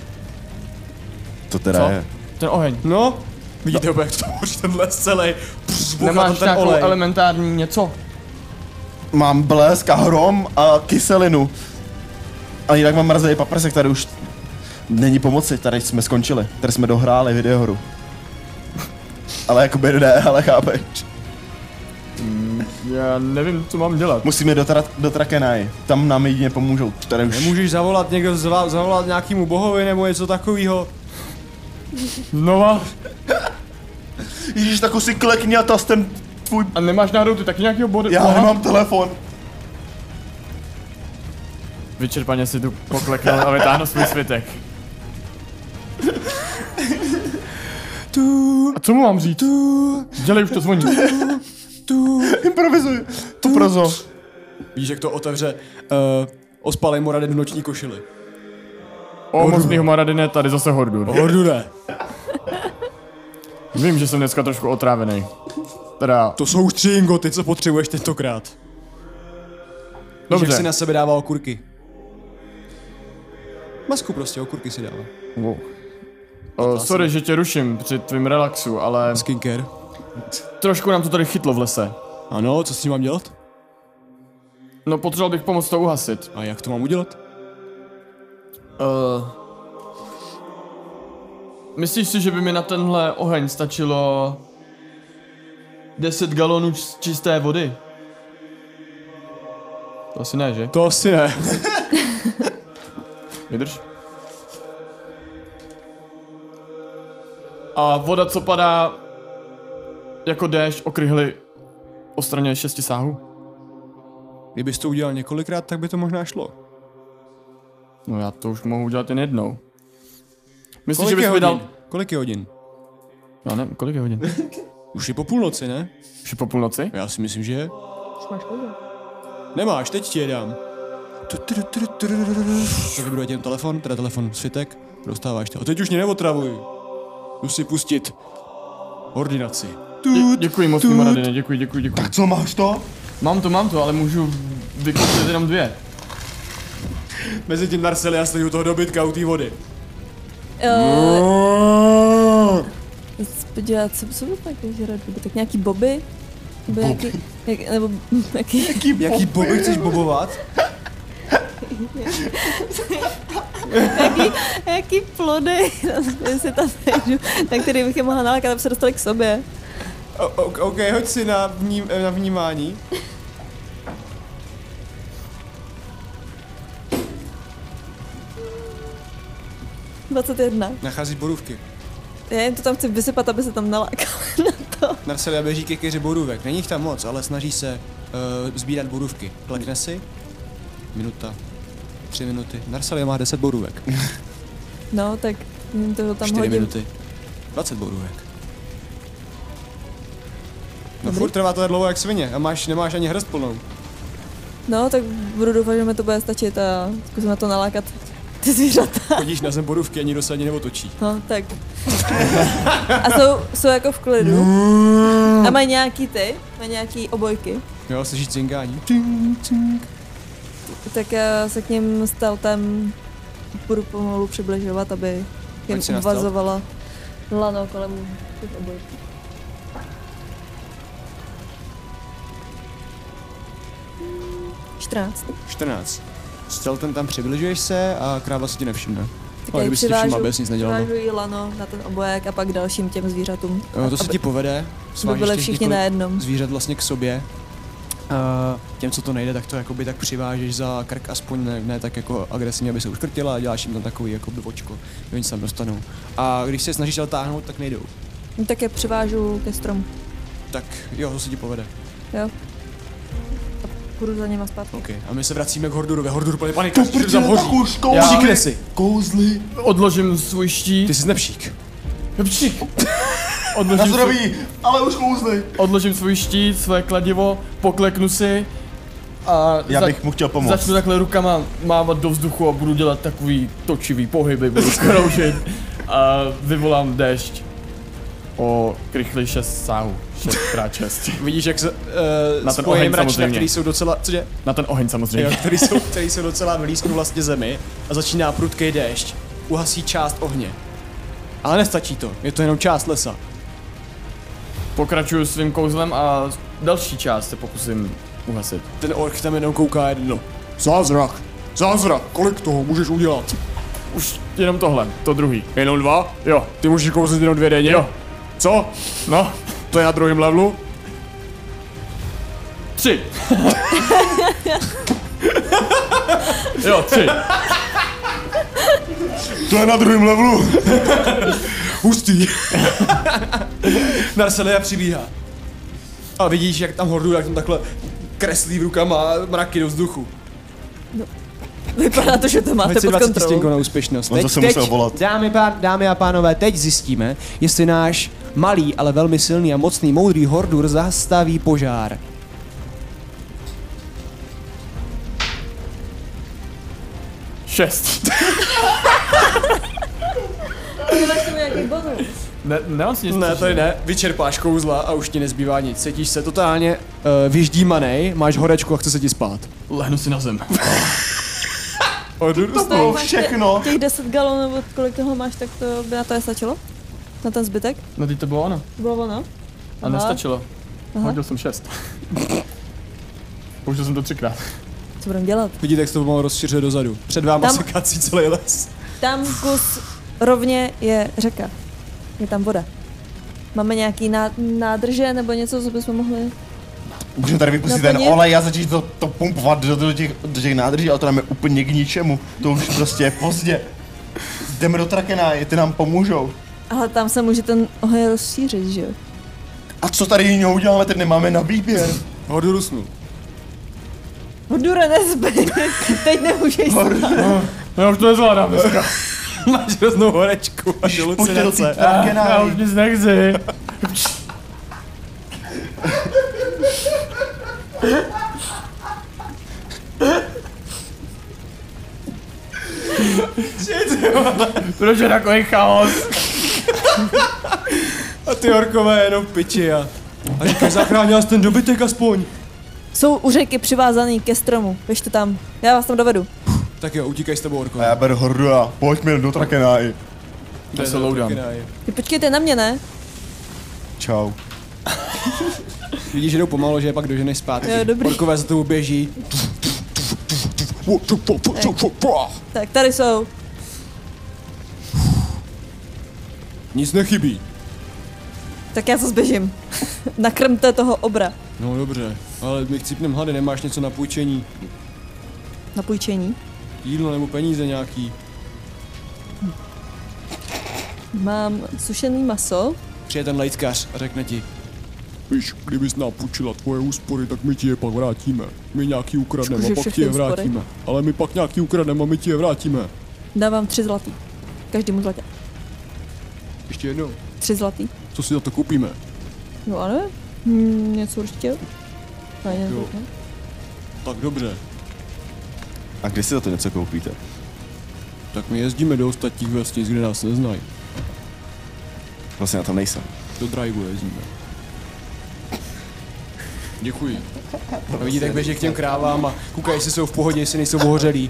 To teda Co? je. Ten oheň. No, vidíte jak to hoří ten les celý. Nemáš ten nějakou olej. elementární něco? Mám blesk a hrom a kyselinu. A jinak mám mrzlý paprsek, tady už není pomoci, tady jsme skončili. Tady jsme dohráli videohru. Ale jakoby ne, ale chápeš. Já nevím, co mám dělat. Musíme do Trakenai, tam nám jedině pomůžou. Tady už... Nemůžeš zavolat někdo, zavolat nějakýmu bohovi nebo něco takového. Znova? Ježíš, tak si klekni a tas ten tvůj... A nemáš náhodou ty taky nějakýho body? Já nemám telefon. Vyčerpaně si tu pokleknul a vytáhnu svůj svitek. A co mu mám říct? Dělej, už to zvoní. Improvizuj. To prozo. Víš, jak to otevře ospalej Moradin v noční košili. O, mocnýho Maradine, tady zase Hordur. Hordu ne. Vím, že jsem dneska trošku otrávený. Teda, To jsou už 3 ingoty, co potřebuješ tentokrát. Víš, jak si dobře. na sebe dává okurky. Masku prostě, okurky si dává. Wow. Sorry, že tě ruším při tvým relaxu, ale Skincare. trošku nám to tady chytlo v lese. Ano, co s tím mám dělat? No, potřeboval bych pomoct to uhasit. A jak to mám udělat? Myslíš si, že by mi na tenhle oheň stačilo 10 galonů čisté vody? To asi ne, že? To asi ne. Vydrž. A voda, co padá jako déšť, okryhly o straně 6 sáhů? Kdybys to udělal několikrát, tak by to možná šlo. No já to už mohu udělat jen jednou. Myslíš, Kolik že bys je mi hodin? dal... Kolik je hodin? Já nevím, kolik je hodin? Už je po půlnoci, ne? Už je po půlnoci? Já si myslím, že je. Už máš vodu. Nemáš, teď ti je dám. Tak vybudu ten telefon, teda telefon svitek, dostáváš to. A teď už mě neotravuj. Jdu si pustit ordinaci. Děkuji moc, Maradine, děkuji. Tak co, máš to? Mám to, ale můžu vykoupit jenom 2. Mezi tím Narseli a stojí u toho dobytka u té vody. Podívat, co by taky žrat, tak nějaký boby? Nebo nějaký, Jaký boby chceš bobovat? jaký plody, jestli tam najdu, na který bych je mohla nalákat, aby se dostali k sobě. OK, hoď si na vnímání. Nachází borůvky. Já jen to tam chci vysypat, aby se tam nalákali na to. Narseli běží ke keři borůvek. Není jich tam moc, ale snaží se sbírat borůvky. Klekne si. Minuta. 3 minuty. Narseli má 10 borůvek. No, tak to tam 4 hodím. minuty. 20 borůvek. No Dobrý. furt trvá to dlouho jak svině a nemáš ani hrst plnou. No, tak budu doufat, že mi to bude stačit a zkusím na to nalákat ty zvířata. Chodíš na zem borůvky, ani do se ani neotočí. No, tak. A jsou jako v klidu. A mají nějaký obojky. Jo, slyšíš cinkání. Tak já se k ním stealthem budu pomalu přibližovat, aby jim Pojď si na stealth. obvazovala lano kolem těch obojků. Čtrnáct. 14. Stealthem tam přibližuješ se a kráva se ti nevšimne. Tak Ale já kdyby si ti všimla, abys nic nedělala. přivážu jí lano na ten obojek a pak dalším těm zvířatům. To se ti povede. Aby Svážeš byli těch všichni několik na jednom. zvířat vlastně k sobě. Těm, co to nejde, tak to jakoby tak přivážeš za krk aspoň ne tak jako agresivně, aby se uškrtila a děláš jim tam takový jakoby vočko. Oni se tam dostanou. A když se snažíš ale táhnout, tak nejdou. No, tak je přivážu ke stromu. Tak jo, to se ti povede. Jo. A půjdu za nima zpátky. OK. A my se vracíme k Hordurovi. Hordur plně panika, že tam hoří. Já- Šíkne si. Kouzly. Odložím svůj štít. Ty jsi nepšík. Pšik. Na Odložím, zdraví, ale už kouzly. odložím svůj štít, své kladivo, pokleknu si A Já bych mu chtěl pomoct. Začnu takhle rukama mávat do vzduchu a budu dělat takový točivý pohyby, budu kroužit a vyvolám déšť o rychlej 6 sáhu. 6x6. Vidíš, jak se Na ten spojí oheň mračna, samozřejmě. který jsou docela, cože? Na ten oheň samozřejmě. Jo, který jsou docela blízko vlastně zemi a začíná prudký déšť. Uhasí část ohně. Ale nestačí to, je to jenom část lesa. Pokračuju svým kouzlem a další část se pokusím uhasit. Ten ork tam jenom kouká jedno. Zázrak, kolik toho můžeš udělat? Už jenom tohle, to druhý. Jenom 2? Jo, Ty můžeš kouzlit jenom 2 denně? jo, Co? no, To je na druhém levelu? 3. Jo, 3. To je na druhém levelu. Hustý. Narselia přibíhá. A vidíš, jak tam Hordu, jak tam takhle kreslí v rukama mraky do vzduchu. Vypadá to, že to máte Hoď si pod 20 kontrolou. stěnkou na úspěšnost. On zase musel volat. Dámy a pánové, teď zjistíme, jestli náš malý, ale velmi silný a mocný moudrý Hordur zastaví požár. Šest. Máš tam nějaký bonus? Nemám si nic Ne, přečíst. tady ne. Vyčerpáš kouzla a už ti nezbývá nic. Cítíš se totálně vyždímanej, máš horečku a chce se ti spát. Lehnu si na zem. Hordur To bylo všechno. Těch 10 galonů, nebo kolik toho máš, tak to by na to nestačilo? Na ten zbytek? No teď to bylo ono. To bylo ono? A nestačilo. Aha. Hodil jsem 6. Použil jsem to 3krát. Co budeme dělat? Vidíte, jak se to pomalu rozšiřuje dozadu. Před váma Tam- se kací celý les. Tam kus rovně je řeka. Je tam voda. Máme nějaký nádrže nebo něco, co bychom mohli... Můžeme tady vypustit No, ten plně. olej a začít to pumpovat do těch nádrží, ale to nám je úplně k ničemu. To už prostě je pozdě. Jdeme do Trakenáje, ty nám pomůžou. Ale tam se může ten oheň rozšířit, že jo? A co tady jiného uděláme, teď nemáme na výběr. Hordur usnul. Hordure, nezbyt. Teď nemůžeš spát. No, já už to nezvládám dneska. Máš hroznou horečku a Pojďte do té halucinace. Já už Trakenáje. nic nechci. Proč je takový chaos? A ty orkové jenom piči a říkaj, zachránila jsi ten dobytek aspoň. Jsou u řeky přivázaný ke stromu. Běžte tam. Já vás tam dovedu. Tak jo, utíkej s tebou A orkové. já beru Hordu a pojďme do Trakenáje. Já se loudám. Ty počkejte na mě, ne? Čau. Vidíš, že jdou pomalu, že je pak doženeš zpátky. Jo, dobrý. Orkové za tebou běží. Tak tady jsou. Nic nechybí. Tak já se zběžím. Nakrmte toho obra. No dobře, ale my chcípnem hlady, nemáš něco na půjčení? Na půjčení. Jídlo nebo peníze nějaký? Mám sušený maso. Přijde ten lejtkař a řekne ti. Víš, kdybys nám půjčila tvoje úspory, tak my ti je pak vrátíme. My nějaký ukradneme Jakože a pak ti všechny je úspory? vrátíme. Ale my pak nějaký ukradneme a my ti je vrátíme. Dávám 3 zlatý. Každému zlatě. Ještě jednou. 3 zlatý. Co si za to koupíme? No ano. Něco určitě. Ne, něco, Jo. ne? Tak dobře. A kde si za to něco koupíte? Tak my jezdíme do ostatních vesnic, kde nás neznají. Vlastně na tom nejsem. Do Driveu jezdíme. Děkuji. A vidíte, jak běží k těm krávám a koukají, jestli jsou v pohodě, jestli nejsou ohořelí.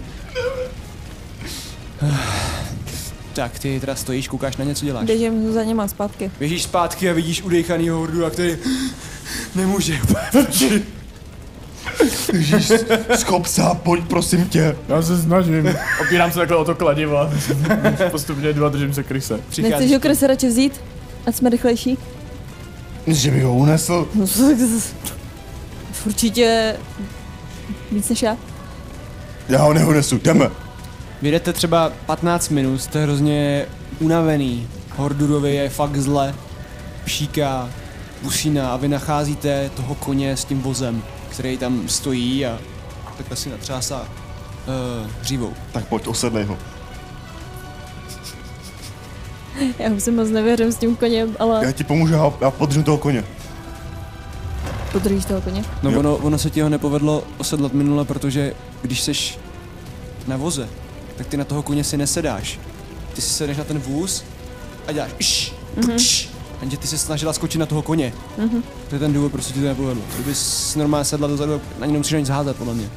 Tak ty teda stojíš, koukáš na ně, co děláš? Běžím za něma zpátky. Běžíš zpátky a vidíš udejchanýho Hordura, který nemůže. Ježíš, schop se a pojď, prosím tě. Já se snažím. Opírám se takhle o to kladivo a postupně jdu a držím se kryse. Nechceš ho kryse radši vzít? Ať jsme rychlejší? Že bych ho unesl. No, určitě víc než já. Já ho neunesu, jdeme. Vyjdete třeba 15 minut, jste hrozně unavený. Hordurovi je fakt zle. Pšíká, usíná a vy nacházíte toho koně s tím vozem, který tam stojí a tak asi natřásá hřívou. Tak pojď, osedlej ho. Já už si moc nevěřím s tím koněm, ale Já ti pomůžu, já podržím toho koně. podržíš toho koně? No ono se ti ho nepovedlo osedlat minule, protože když seš na voze, tak ty na toho koně si nesedáš. Ty si sedneš na ten vůz a děláš jenže ty se snažila skočit na toho koně. To je ten důvod, prostě ti to nepovedlo. Kdyby jsi normálně sedla dozadu, na ní nemusíš ani zházet, podle mě.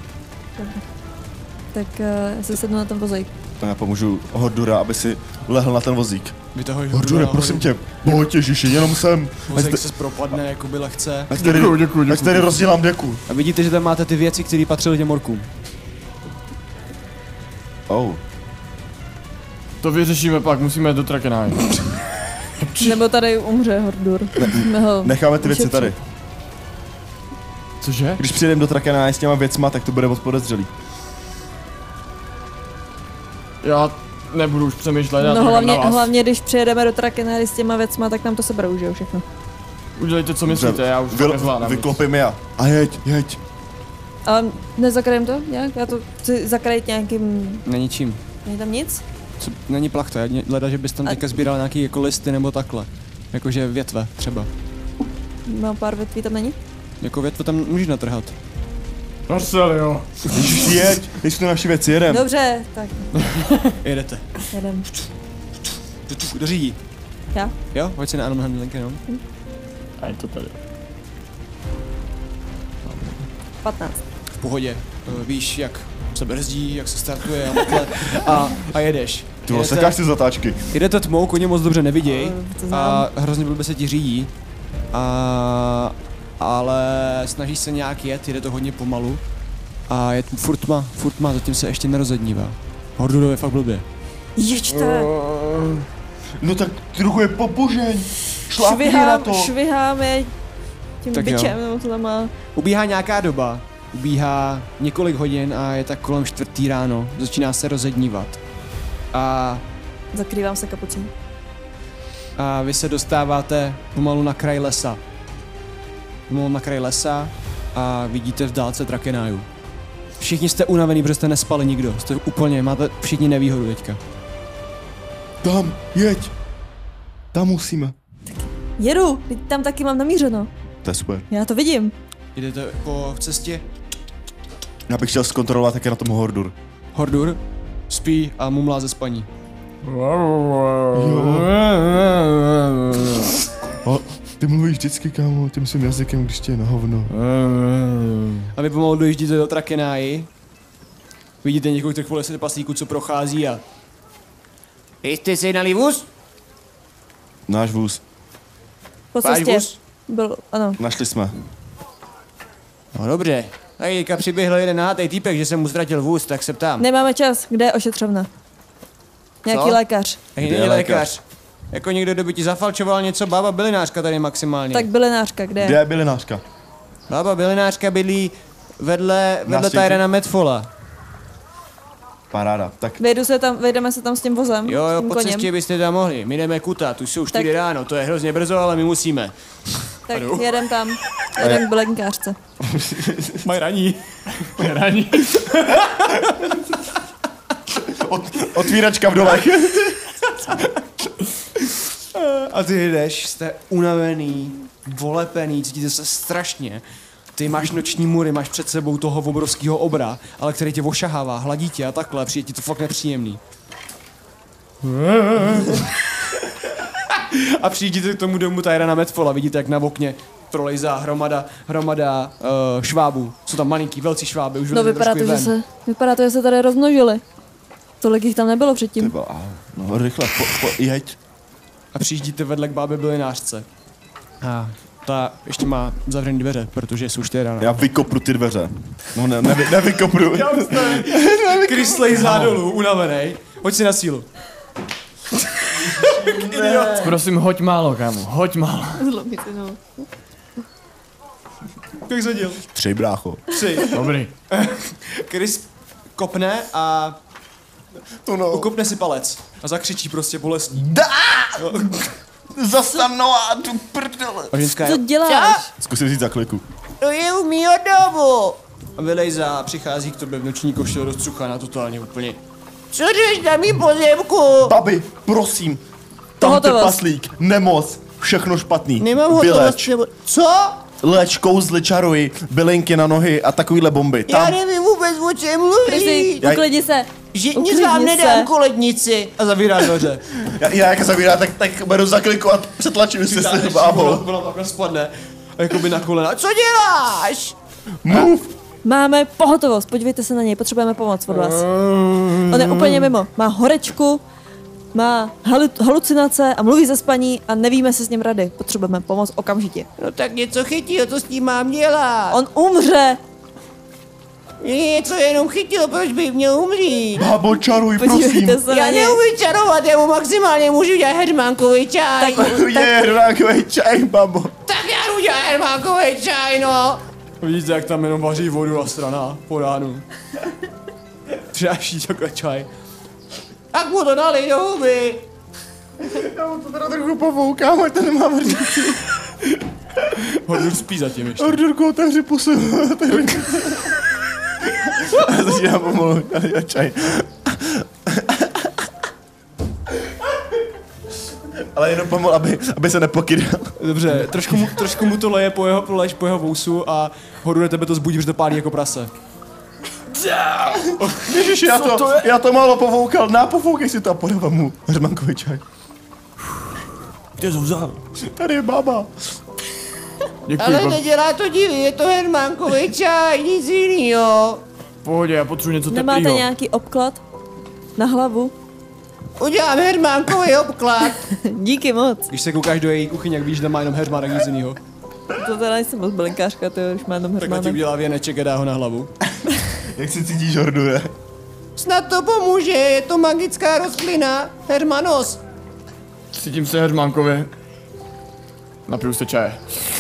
Tak já se sednu na ten vozík. To já pomůžu Hordura, aby si lehl na ten vozík. Vytahuj Hordure, prosím tě, pojď Ježiši, jenom sem. Vozík se propadne jakoby lehce. Ať tady rozdělám deku. A vidíte, že tam máte ty věci, které patřily těm orkům. Oh. To vyřešíme pak, musíme do Trakenai. Nebo tady umře Hordur. Necháme ty věci tady. Cože? Když přijdeme do Trakena s těma věcma, tak to bude moc podezřelý. Já nebudu už přemýšlet, já No to na vás. hlavně když přijedeme do Trakenary s těma věcma, tak nám to seberou, že jo, všechno. Udělejte, co myslíte, já už to nezvládám. Vyklopím já. A jeď. Ale nezakrajem to nějak? Já to chci zakrajit nějakým... Není čím. Není tam nic? Co, není plachta, leda, že bys tam teďka sbíral nějaký jako listy nebo takhle. Jakože větve třeba. Mám pár větví, tam není? Jako větve tam můžeš natrhat. Marcel, jo. Ježiš, jeď, nejsou to naši věci, jedem. Dobře, tak Jedete. jedem. Kdo řídí? Já? Jo, hoď si na animal handling jenom. A je to tady. 15. V pohodě. Víš, jak se brzdí, jak se startuje a takhle. A jedeš. Ty vole, sekáš si zatáčky. Jedete tmou, koně moc dobře neviděj To znám. a hrozně blbě se ti řídí. Ale snažíš se nějak jet, jede to hodně pomalu. A je furt má, zatím se ještě nerozednívá. Hordurovi je fakt blbě. Jeďte! No tak trochu je pobožeň. Šlápni na to. Šviháme tím Tak bičem, jo. nebo co tam má. Ubíhá nějaká doba, ubíhá několik hodin a je tak kolem 4 ráno, začíná se rozednívat. A Zakrývám se kapucí. vy se dostáváte pomalu na kraj lesa. A vidíte v dálce Trakenaju. Všichni jste unavený, protože jste nespali nikdo. Jste úplně, máte všichni nevýhodu teďka. Tam, jeď. Tam musíme. Jedu, teď tam taky mám namířeno. To je super. Já to vidím. Jdete po cestě. Já bych chtěl zkontrolovat, jak je na tom Hordur. Hordur spí a mumlá ze spaní. A ty mluvíš vždycky, kámo, tím svým jazykem, když tě je na hovno. A vy pomalu dojíždíte do Trakenáji. Vidíte několik těch polesných paslíků, co prochází a... Jste si jednali vůz? Náš vůz. Po Váš cestě. vůz? Byl, ano. Našli jsme. No dobře. A teďka přiběhl jeden nahátej týpek, že jsem mu ztratil vůz, tak se ptám. Nemáme čas, kde je ošetřovna? Nějaký Co? lékař. Není Kde je lékař. Jako někdo, kdo by ti zafalčoval něco, bába bylinářka tady maximálně. Tak bylinářka, kde Kde je? je bylinářka? Bába bylinářka bydlí vedle stěží? Tyrena Medfola. Paráda. Tak Vejdeme se tam s tím vozem, Jo, s tím po koněm. cestě byste tam mohli. My jdeme kutat, už jsou 4 Tak. ráno, to je hrozně brzo, ale my musíme. Tak jedem tam. Jedem k bylinkářce. Mají raní. otvíračka v dolech. A ty jdeš, jste unavený, volepený, cítíte se strašně. Ty máš noční můry, máš před sebou toho obrovského obra, ale který tě ošahává, hladí tě a takhle, přijde ti to fakt nepříjemný. A přijdete k tomu domu Tyrena Medfola, vidíte, jak na okně prolejzá hromada švábů. Jsou tam malinký, velcí šváby, už No vylezli trošku i ven. vypadá to, že se tady rozmnožili. Tolik jich tam nebylo předtím. No rychle, jeď. A přijíždíte vedle k bábě bylinářce. A ta ještě má zavřený dveře, protože jsou 4 ráno. Já vykopru ty dveře. No nevykopru. Chris slejzá dolů, unavenej. Hoď si na sílu. Prosím, hoď málo, kámo, hoď málo. Zlomit, no. Jak zhodil? 3, brácho. 3. Dobrý. Chris kopne a To no. ukopne si palec. A zakřičí prostě bolestní. Zastanou a tu prdele. A ženská Co je... děláš? Zkusím vzít za kliku. To je u mýho domu. A vylejzá a přichází k tobě v noční košile rozcuchaná totálně úplně. Co jdeš na mý pozemku? Babi, prosím. Tam Pohotovost. trpaslík, nemoc, všechno špatný. Nemám Vyleč. hotovost. Co? leč, kouzly, čaruj, bylinky na nohy a takovýhle bomby. Já Tam, nevím vůbec, o čem Przi, mluví. uklidni se. Že nic Uklidni vám se. nedám kolednici. A zavírá dveře. já jak zavírá, tak beru zaklikovat, přetlačím si s bábou. Ona takhle spadne. A jakoby na kolena. Co děláš? Move! Máme pohotovost, podívejte se na něj, potřebujeme pomoc od vás. On je úplně mimo, má horečku, má halucinace a mluví ze spaní a nevíme se s ním rady. Potřebujeme pomoc okamžitě. No tak něco chytil, co s tím mám dělat? On umře! Něco jenom chytil, proč by měl umřít? Bábo, čaruj, prosím. Podívejte se na Já něj. neumím čarovat, já mu maximálně můžu dělat hermánkový čaj. Je hrákovej čaj, babo. Tak já udělám hermánkový čaj, no. Vidíte, jak tam jenom vaří vodu a strana po ránu. Třáší takhle čaj. Tak mu to nalej do huby. Já mu to teda trochu povoukám, ať to nemá vrdící. Hordur spí zatím ještě. Ordurku, otevři pusu. Já začínám pomalu dělat čaj. Ale jenom pomalu, aby se nepokydal. Dobře, trošku mu to leje po jeho vousu a Hordur tebe to zbudí, že to pálí jako prase. Ježiši, já to málo povoukal. Pofoukej si to a podávám mu hermankový čaj. Kde jsi ho vzal? Tady je bába. Děkuji, Ale nedělá to divy, je to hermánkový čaj, nic jinýho. v pohodě, já potřebuji něco Nemáte teplýho. nějaký obklad na hlavu? Udělám hermánkový obklad. Díky moc. Když se koukáš do její kuchyně, jak víš, že tam má jenom heřmánek, nic jinýho. To teda nejsem moc bylinkářka, to už má jenom Takhle ti hermánek. udělá věneček a dá ho na hlavu. Jak si cítíš, Hordure? Snad to pomůže, je to magická rostlina. Hermanos. Cítím se hermánkově. Napiju se čaje.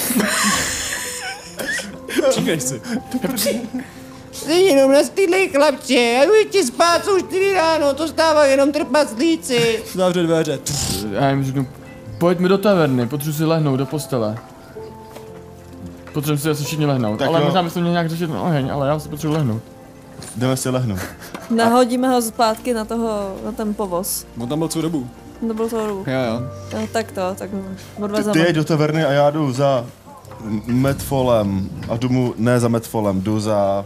Číkneš si. Jsi jenom nastydlej chlapče, já jdu ti spát, jsou 4 ráno, to stávají jenom trpaslíci. Zavře dveře. Já jim řeknu, pojďme do taverny, potřebuji si lehnout do postele. Potřebujeme si asi všichni lehnout, Tak ale jo. možná bychom měli nějak řešit ten oheň, ale já si potřebuji lehnout. Jdeme si lehnout. Nahodíme ho zpátky na ten povoz. On tam byl celou dobu. To bylo to dobu. Jo. No, tak Ty odvezeme. jeď do taverny a já jdu za Metfolem. A jdu mu, ne za Metfolem, jdu za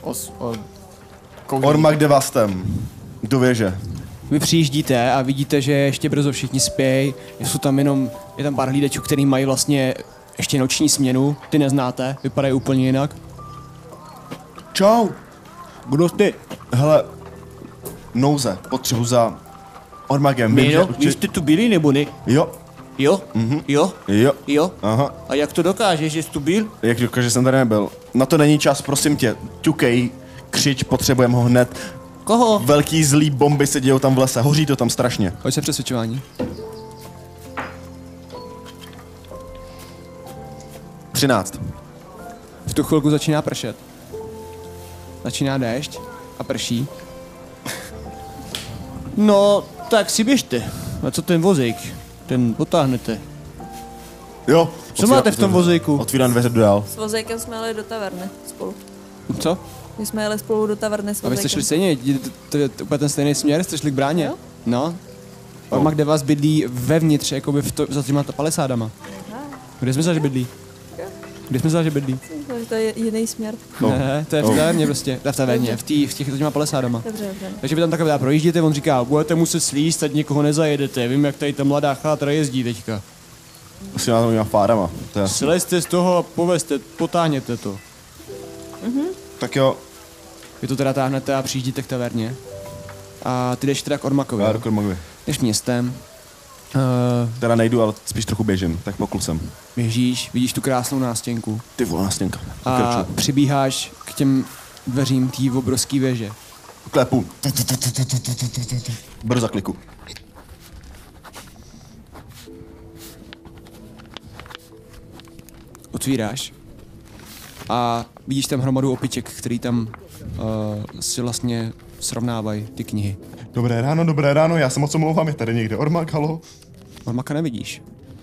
Ormak Devastem. Do věže. Vy přijíždíte a vidíte, že ještě brzo všichni spějí. Je tam pár hlídečů, který mají vlastně ještě noční směnu. Ty neznáte, vypadají úplně jinak. Čau. Kdo ty? Hele, nouze, potřebuji za Ormagem. Vím, že Vy určitě... jste tu byli nebo ne? Jo, Jo? Jo? jo, Jo? aha. A jak to dokážeš, že jsi tu byl? Jak dokáže, že jsem tady nebyl. Na to není čas, prosím tě. Ťukej, křič, potřebujeme ho hned. Koho? Velký zlý bomby se dějou tam v lese, hoří to tam strašně. Hoď se přesvědčování. 13. V tu chvilku začíná pršet. Začíná déšť a prší. No, tak si běžte. A co ten vozík? Ten potáhnete. Jo. Co máte v tom vozíku? Otvírám dveře, jdu dál. S vozejkem jsme jeli do taverny spolu. Co? My jsme jeli spolu do taverny s A vy jste šli vozejkem. stejně, to je úplně ten stejný směr, jste šli k bráně. Jo. No. Ormak Devas bydlí vevnitř, jakoby za těma palisádama. Kde jsme myslel, že bydlí? Kde jsme myslel, že bydlí? Myslím, že to je jiný směr. Ne, to je v taverně prostě, v taverně, v těch za těma palisádama. Dobře. Takže vy tam takhle projíždíte, on říká, budete muset slíst, ať někoho nezajedete, vím, jak tady ta mladá chátra jezdí teďka. Asi má to fárama. To je asi. Slezte z toho a povezte, potáhněte to. Tak jo, Vy to teda táhnete a přijíždíte k taverně. A ty jdeš teda k Ormakovi. já jo? do Kormagovi. Jdeš městem, Teda nejdu, ale spíš trochu běžím, tak poklusem. běžíš, vidíš tu krásnou nástěnku Ty vole, nástěnka. a přibíháš k těm dveřím té obrovské věže. Klepu. Beru za kliku. Otvíráš a vidíš tam hromadu opiček, který tam si vlastně srovnávají ty knihy. Dobré ráno, já se moc omlouvám, je tady někde Ormak, halo? Ormaka nevidíš.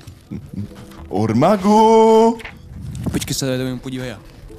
Ormagu! Opičky se tady podívají.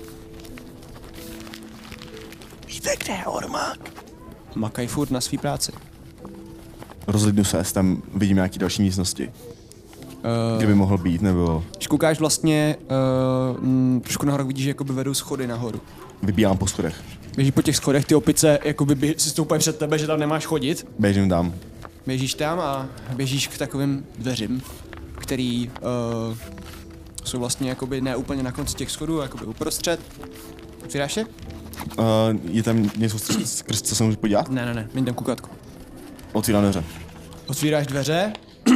Víte, kde je Ormak? Makají furt na svý práci. Rozhlídnu se, jestli tam vidím nějaký další místnosti. Kdyby mohl být, nebo Když koukáš vlastně trošku nahoru, vidíš, že jakoby vedou schody nahoru. vybíjám po schodech. Běží po těch schodech, ty opice jakoby si stoupají před tebe, že tam nemáš chodit. Běžím tam. Běžíš tam a běžíš k takovým dveřím, který jsou vlastně jakoby ne úplně na konci těch schodů, jakoby uprostřed. Otvíráš je? Je tam něco, skrz co se můžu podívat? Ne, není tam kukátko. Otvírám dveře. Otvíráš dveře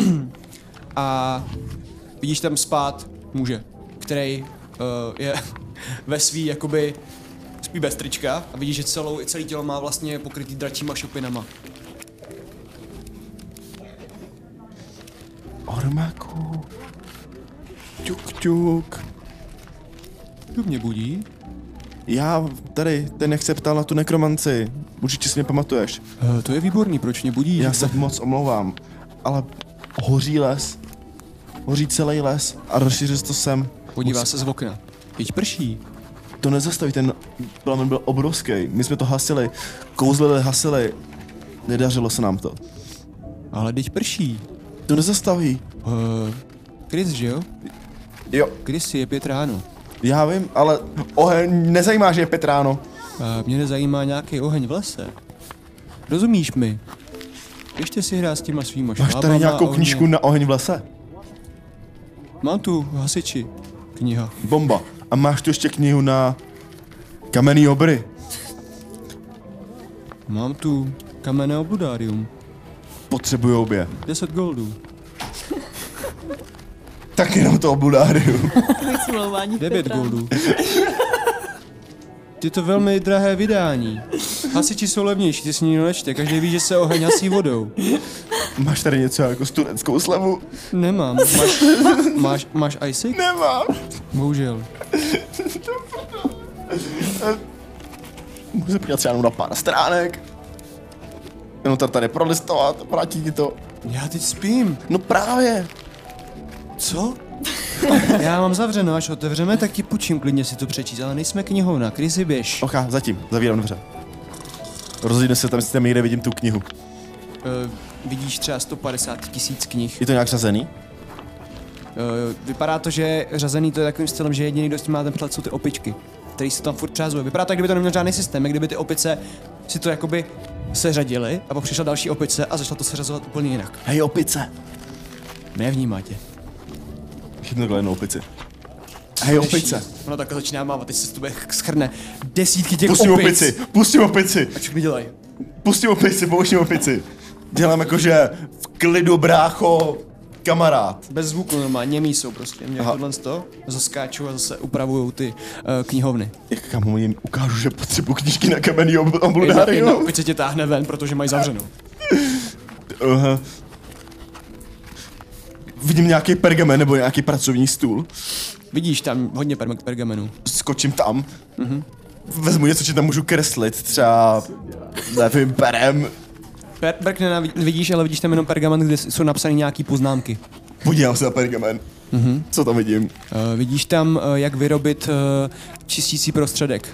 a vidíš tam spát muže, který je ve svý jakoby spí bez trička a vidíš, že celý tělo má vlastně pokrytý dračíma šupinama. Ormáku. Ťuk. Kdo mě budí? Já tady, ten jak se ptal na tu nekromanci. Určitě si mě pamatuješ. To je výborný, proč mě budí? Já se moc omlouvám, ale hoří les. Hoří celý les a rozšířil se to sem. Podívá se z okna. Teď prší. To nezastaví, ten plamen byl obrovský. My jsme to hasili, hasili. Nedařilo se nám to. Ale teď prší. To nezastaví. Chris, že jo? Jo, Chris je 5 ráno. já vím, ale oheň nezajímá, že je 5 ráno. Mě nezajímá nějaký oheň v lese. Rozumíš mi? Běžte si hrát s těma svýma Máš švábama tady nějakou a knížku na oheň v lese? Mám tu hasiči. Kniha. Bomba. A máš tu ještě knihu na kamenný obry. Mám tu kamenné obludárium. Potřebuju obě. 10 goldů. Tak jenom to obludárium. Smlouvání 9 goldů. Je to velmi drahé vydání. Hasiči jsou levnější, ty si nikdo nečte. Každý ví, že se oheň hasí vodou. Máš tady něco jako studentskou slevu? Nemám. Máš Isaac? Nemám. Bohužel. Můžu se podívat třeba jenom na pár stránek. Jenom to tady prolistovat, vrátí ti to. Já teď spím. No právě. Co? Já mám zavřeno, až otevřeme, tak ti půjčím klidně si to přečíst, ale nejsme knihovna, Chrisy, běž. Ocha, zatím, zavírám dveře. Rozhodně se tam, jestli tam někde vidím tu knihu. Vidíš třeba 150 000 knih. Je to nějak řazený? Vypadá to, že řazený to je takovým stylem, že jediný, kdo s tím má ten přehled, jsou ty opičky, který se tam furt přázují. Vypadá to, kdyby to neměl žádný systém, jak kdyby ty opice si to jakoby seřadily a pak přišla další opice a začala to seřazovat úplně jinak. Hej, opice. Nevnímá tě. Chytnu takhle jednou opici. Hej, opice. Ono takhle začíná mávat, teď se z tebe schrne desítky těch Pustím opic. opici, pustím opici. A mi dělaj. Pustím opici, pouštím opici. Dělám jakože v klidu, brácho, kamarád. Bez zvuku normálně, němí jsou prostě. Mě tohle z toho zaskáčou a zase upravujou ty knihovny. Jak kam jim ukážu, že potřebuji knížky na kamenný Jedna obludárium. opice tě táhne ven, protože mají zavřenou. Vidím nějaký pergamen nebo nějaký pracovní stůl. Vidíš tam hodně pergamenů. Skočím tam. Vezmu něco, co tam můžu kreslit. Třeba, nevím, perem. Berk vidíš, ale vidíš tam jenom pergamen, kde jsou napsané nějaký poznámky. Podívám se na pergamen. Co tam vidím? Vidíš tam, jak vyrobit čistící prostředek.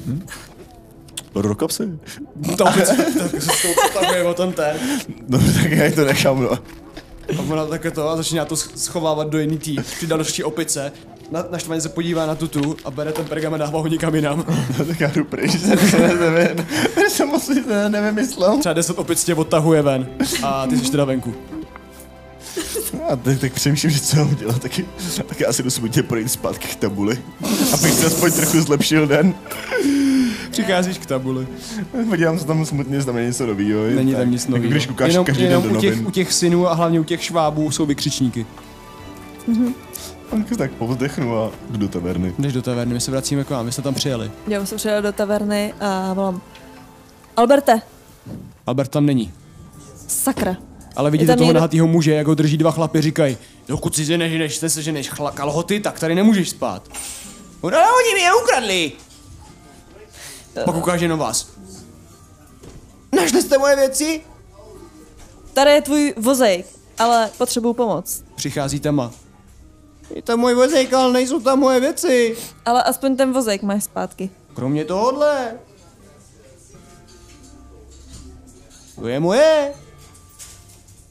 Do kapsy. To je o tom ten. Dobře, tak já to nechám, no. A ona také to a začíná to schovávat do jedné tý. Při další opice. Naštvaně se podívá na tutu a bere ten pergamen a dává ho někam jinam. No, tak já jdu pryč, jsem moc nevymyslel. Třeba 10 opic tě odtahuje ven a ty jsi teda venku. A tak přemýšlím, že co mám dělat, tak já si jdu smutně projít zpátky k tabuli. Abych si aspoň trochu zlepšil den. Přicházíš k tabuli. Podívám se tam smutně, zda není něco novýho. Není tam nic nového. Když koukáš každý den do novin. U těch synů a hlavně u těch švábů jsou vykřičníky. Tak povzdechnu a jdu do taverny. Jdeš do taverny, my se vracíme k vám, my jsme tam přijeli. Já už jsem přijela do taverny a volám. Alberte, Albert tam není. sakra. Ale Je vidíte tam toho někdo- nahatýho muže, jak ho drží dva chlapy, říkají, dokud si než se seženeš kalhoty, tak tady nemůžeš spát. No, oni mi je ukradli. Pak ukáže na vás. Našli jste moje věci? Tady je tvůj vozejk, ale potřebuju pomoc. Přichází Tama. Je to můj vozejk, ale nejsou tam moje věci. Ale aspoň ten vozejk máš zpátky. Kromě tohohle. To je moje.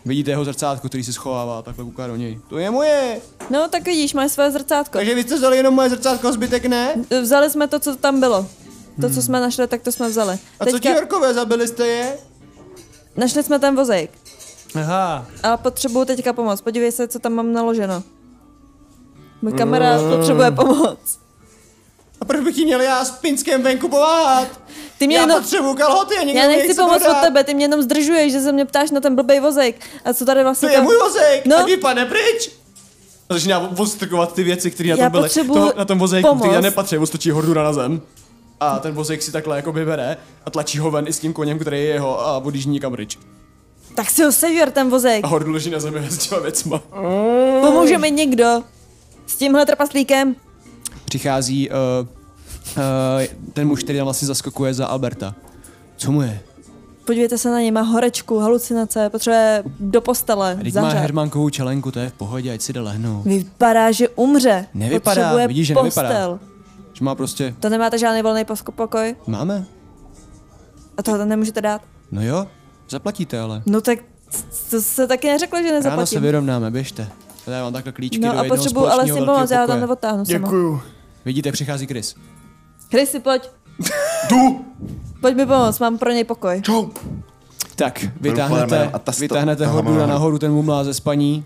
Vidíte jeho zrcátko, který se schovává, takhle kouká do něj. To je moje! No tak vidíš, máš své zrcátko. Takže vy jste vzali jenom moje zrcátko, zbytek ne? Vzali jsme to, co tam bylo. To, co jsme našli, tak to jsme vzali. A co ti orkové, zabili jste je? Našli jsme ten vozejk. Aha. A potřebuju teďka pomoc. Podívej se, co tam mám naloženo. Můj kamarád potřebuje pomoc. A proč bych ti měl já s Pinskem venku pomáhat? Ty mě Já jenom... potřebuju kalhoty a někdo Já mě nechci chce pomoct prodat. od tebe, ty mě jenom zdržuješ, že se mě ptáš na ten blbej vozejk. A co tady vlastně To je tam... můj vozejk, No. ať vypadne pryč. Začíná odstrkovat ty věci, které na Já tom byly. potřebuju Na tom vozejku, který pomoc. nepatří, odstrčí Hordura na zem. A ten vozejk si takhle jako bere a tlačí ho ven i s tím koněm, který je jeho a odjíždí někam pryč. Tak si ho sežer, ten vozejk. A Hordu leží na zemi s těma věcma. Pomůže mi někdo. S tímhle trpaslíkem. Přichází ten muž, který tam vlastně zaskakuje za Alberta. Co mu je? Podívejte se na něj, má horečku, halucinace, potřebuje do postele, Teď má zahřát. hermankovou čelenku, to je v pohodě, ať si jde lehnout. Vypadá, že umře. Nevypadá, Potřebuje vidíš, že postel. nevypadá. Že má prostě... To nemáte žádný volný pokoj? Máme? A toho nemůžete dát? No jo, zaplatíte ale. No tak to se taky neřeklo, že Ráno se nezaplatím. vyrovnáme, běžte. Tady mám takhle klíčky do No a jednoho potřebuju ale s společného tím pomoct, velkého já ho tam pokoje. neodtáhnu sama. Děkuju. Vidíte, přichází Chris. Chrissy, pojď. Tu! Pojď mi pomoct, mám pro něj pokoj. Čau! Tak, A vytáhnete Hordura nahoru, ten mumlá ze spaní.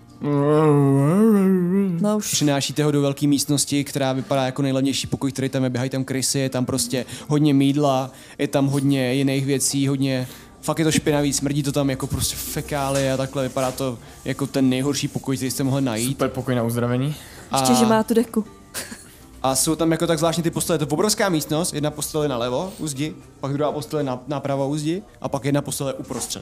No už. Přinášíte ho do velké místnosti, která vypadá jako nejlevnější pokoj, který tam je. Běhají tam krysy, je tam prostě hodně mýdla, je tam hodně jiných věcí, hodně... Fakt je to špinavý, smrdí to tam jako prostě fekálie a takhle vypadá to jako ten nejhorší pokoj, který jste mohli najít. Super pokoj na uzdravení. Ještě, že má tu deku. A jsou tam jako tak zvláštní ty postele, je to obrovská místnost, jedna postel je nalevo u zdi, pak druhá postel je napravo u zdi a pak jedna postel je uprostřed.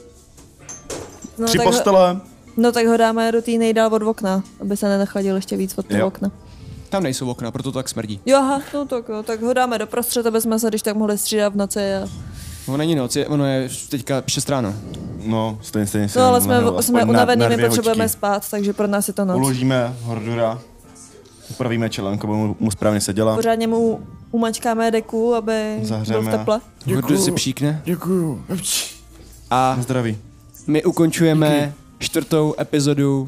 No, 3 tak postele. No tak ho dáme do té nejdál od okna, aby se nenachladil ještě víc od toho Jo. okna. Tam nejsou okna, proto to tak smrdí. Jo, aha, no tak jo, tak ho dáme do prostřed, aby jsme se když tak mohli střídat v noci a... Ono není noc, ono je teďka 6 ráno. No, stejně jsem No ale jsme aspoň na unavený, my 2 potřebujeme hoďky. spát, takže pro nás je to noc. Uložíme Hordura, upravíme čelenku, aby mu správně seděla. Pořádně mu umačkáme deku, aby byl Zahřejeme. v teple. Hordur si příkne Děkuju. a Zdraví. my ukončujeme 4. epizodu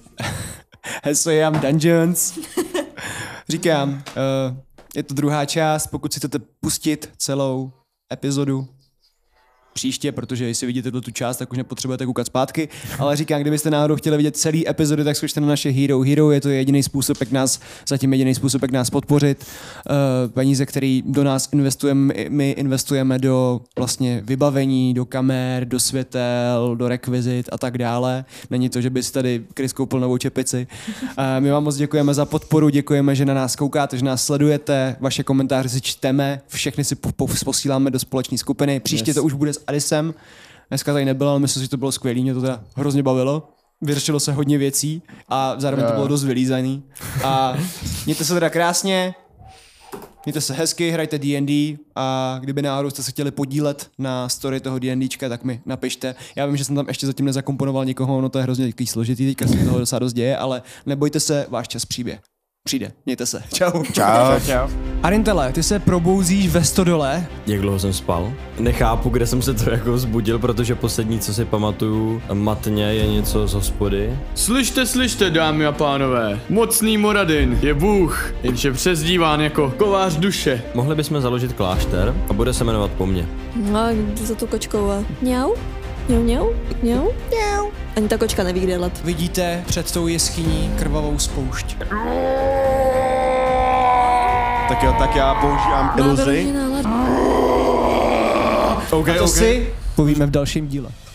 Hesoyam Dungeons. Říkám, je to druhá část, pokud si chcete pustit celou epizodu příště, protože jestli vidíte tu část, tak už nepotřebujete koukat zpátky, ale říkám, kdybyste náhodou chtěli vidět celý epizody, tak skočte na naše Hero Hero, je to jediný způsob, zatím jediný způsob, jak nás podpořit. Peníze, které do nás investujeme, my investujeme do vlastně vybavení, do kamer, do světel, do rekvizit a tak dále. Není to, že bys tady Chris koupil novou čepici. My vám moc děkujeme za podporu, děkujeme, že na nás koukáte, že nás sledujete, vaše komentáře si čteme, všechny si posíláme do společné skupiny. Příště to už bude s Adisem. Dneska tady nebyl, ale myslím, že to bylo skvělý, mě to teda hrozně bavilo. Vyřešilo se hodně věcí a zároveň to bylo dost vylízaný. A mějte se teda krásně, mějte se hezky, hrajte D&D a kdyby náhodou jste se chtěli podílet na story toho D&Dčka, tak mi napište. Já vím, že jsem tam ještě zatím nezakomponoval nikoho, no to je hrozně takový složitý, teďka se toho docela dost děje, ale nebojte se, váš čas přijde. Mějte se. Čau. Čau. Čau. Arintele, ty se probouzíš ve stodole. Jak dlouho jsem spal? Nechápu, kde jsem se to jako vzbudil, protože poslední, co si pamatuju matně, je něco z hospody. Slyšte, dámy a pánové. Mocný Moradin je bůh, jenž je přezdíván jako kovář duše. Mohli bychom založit klášter a bude se jmenovat po mně. No a jdu za tu kočkou a mňau, mňau, mňau, mňau, mňau. Ani ta kočka neví, kde let. Vidíte před tou jeskyní krvavou spoušť. Tak jo, tak já používám iluzi. A to si povíme v dalším díle.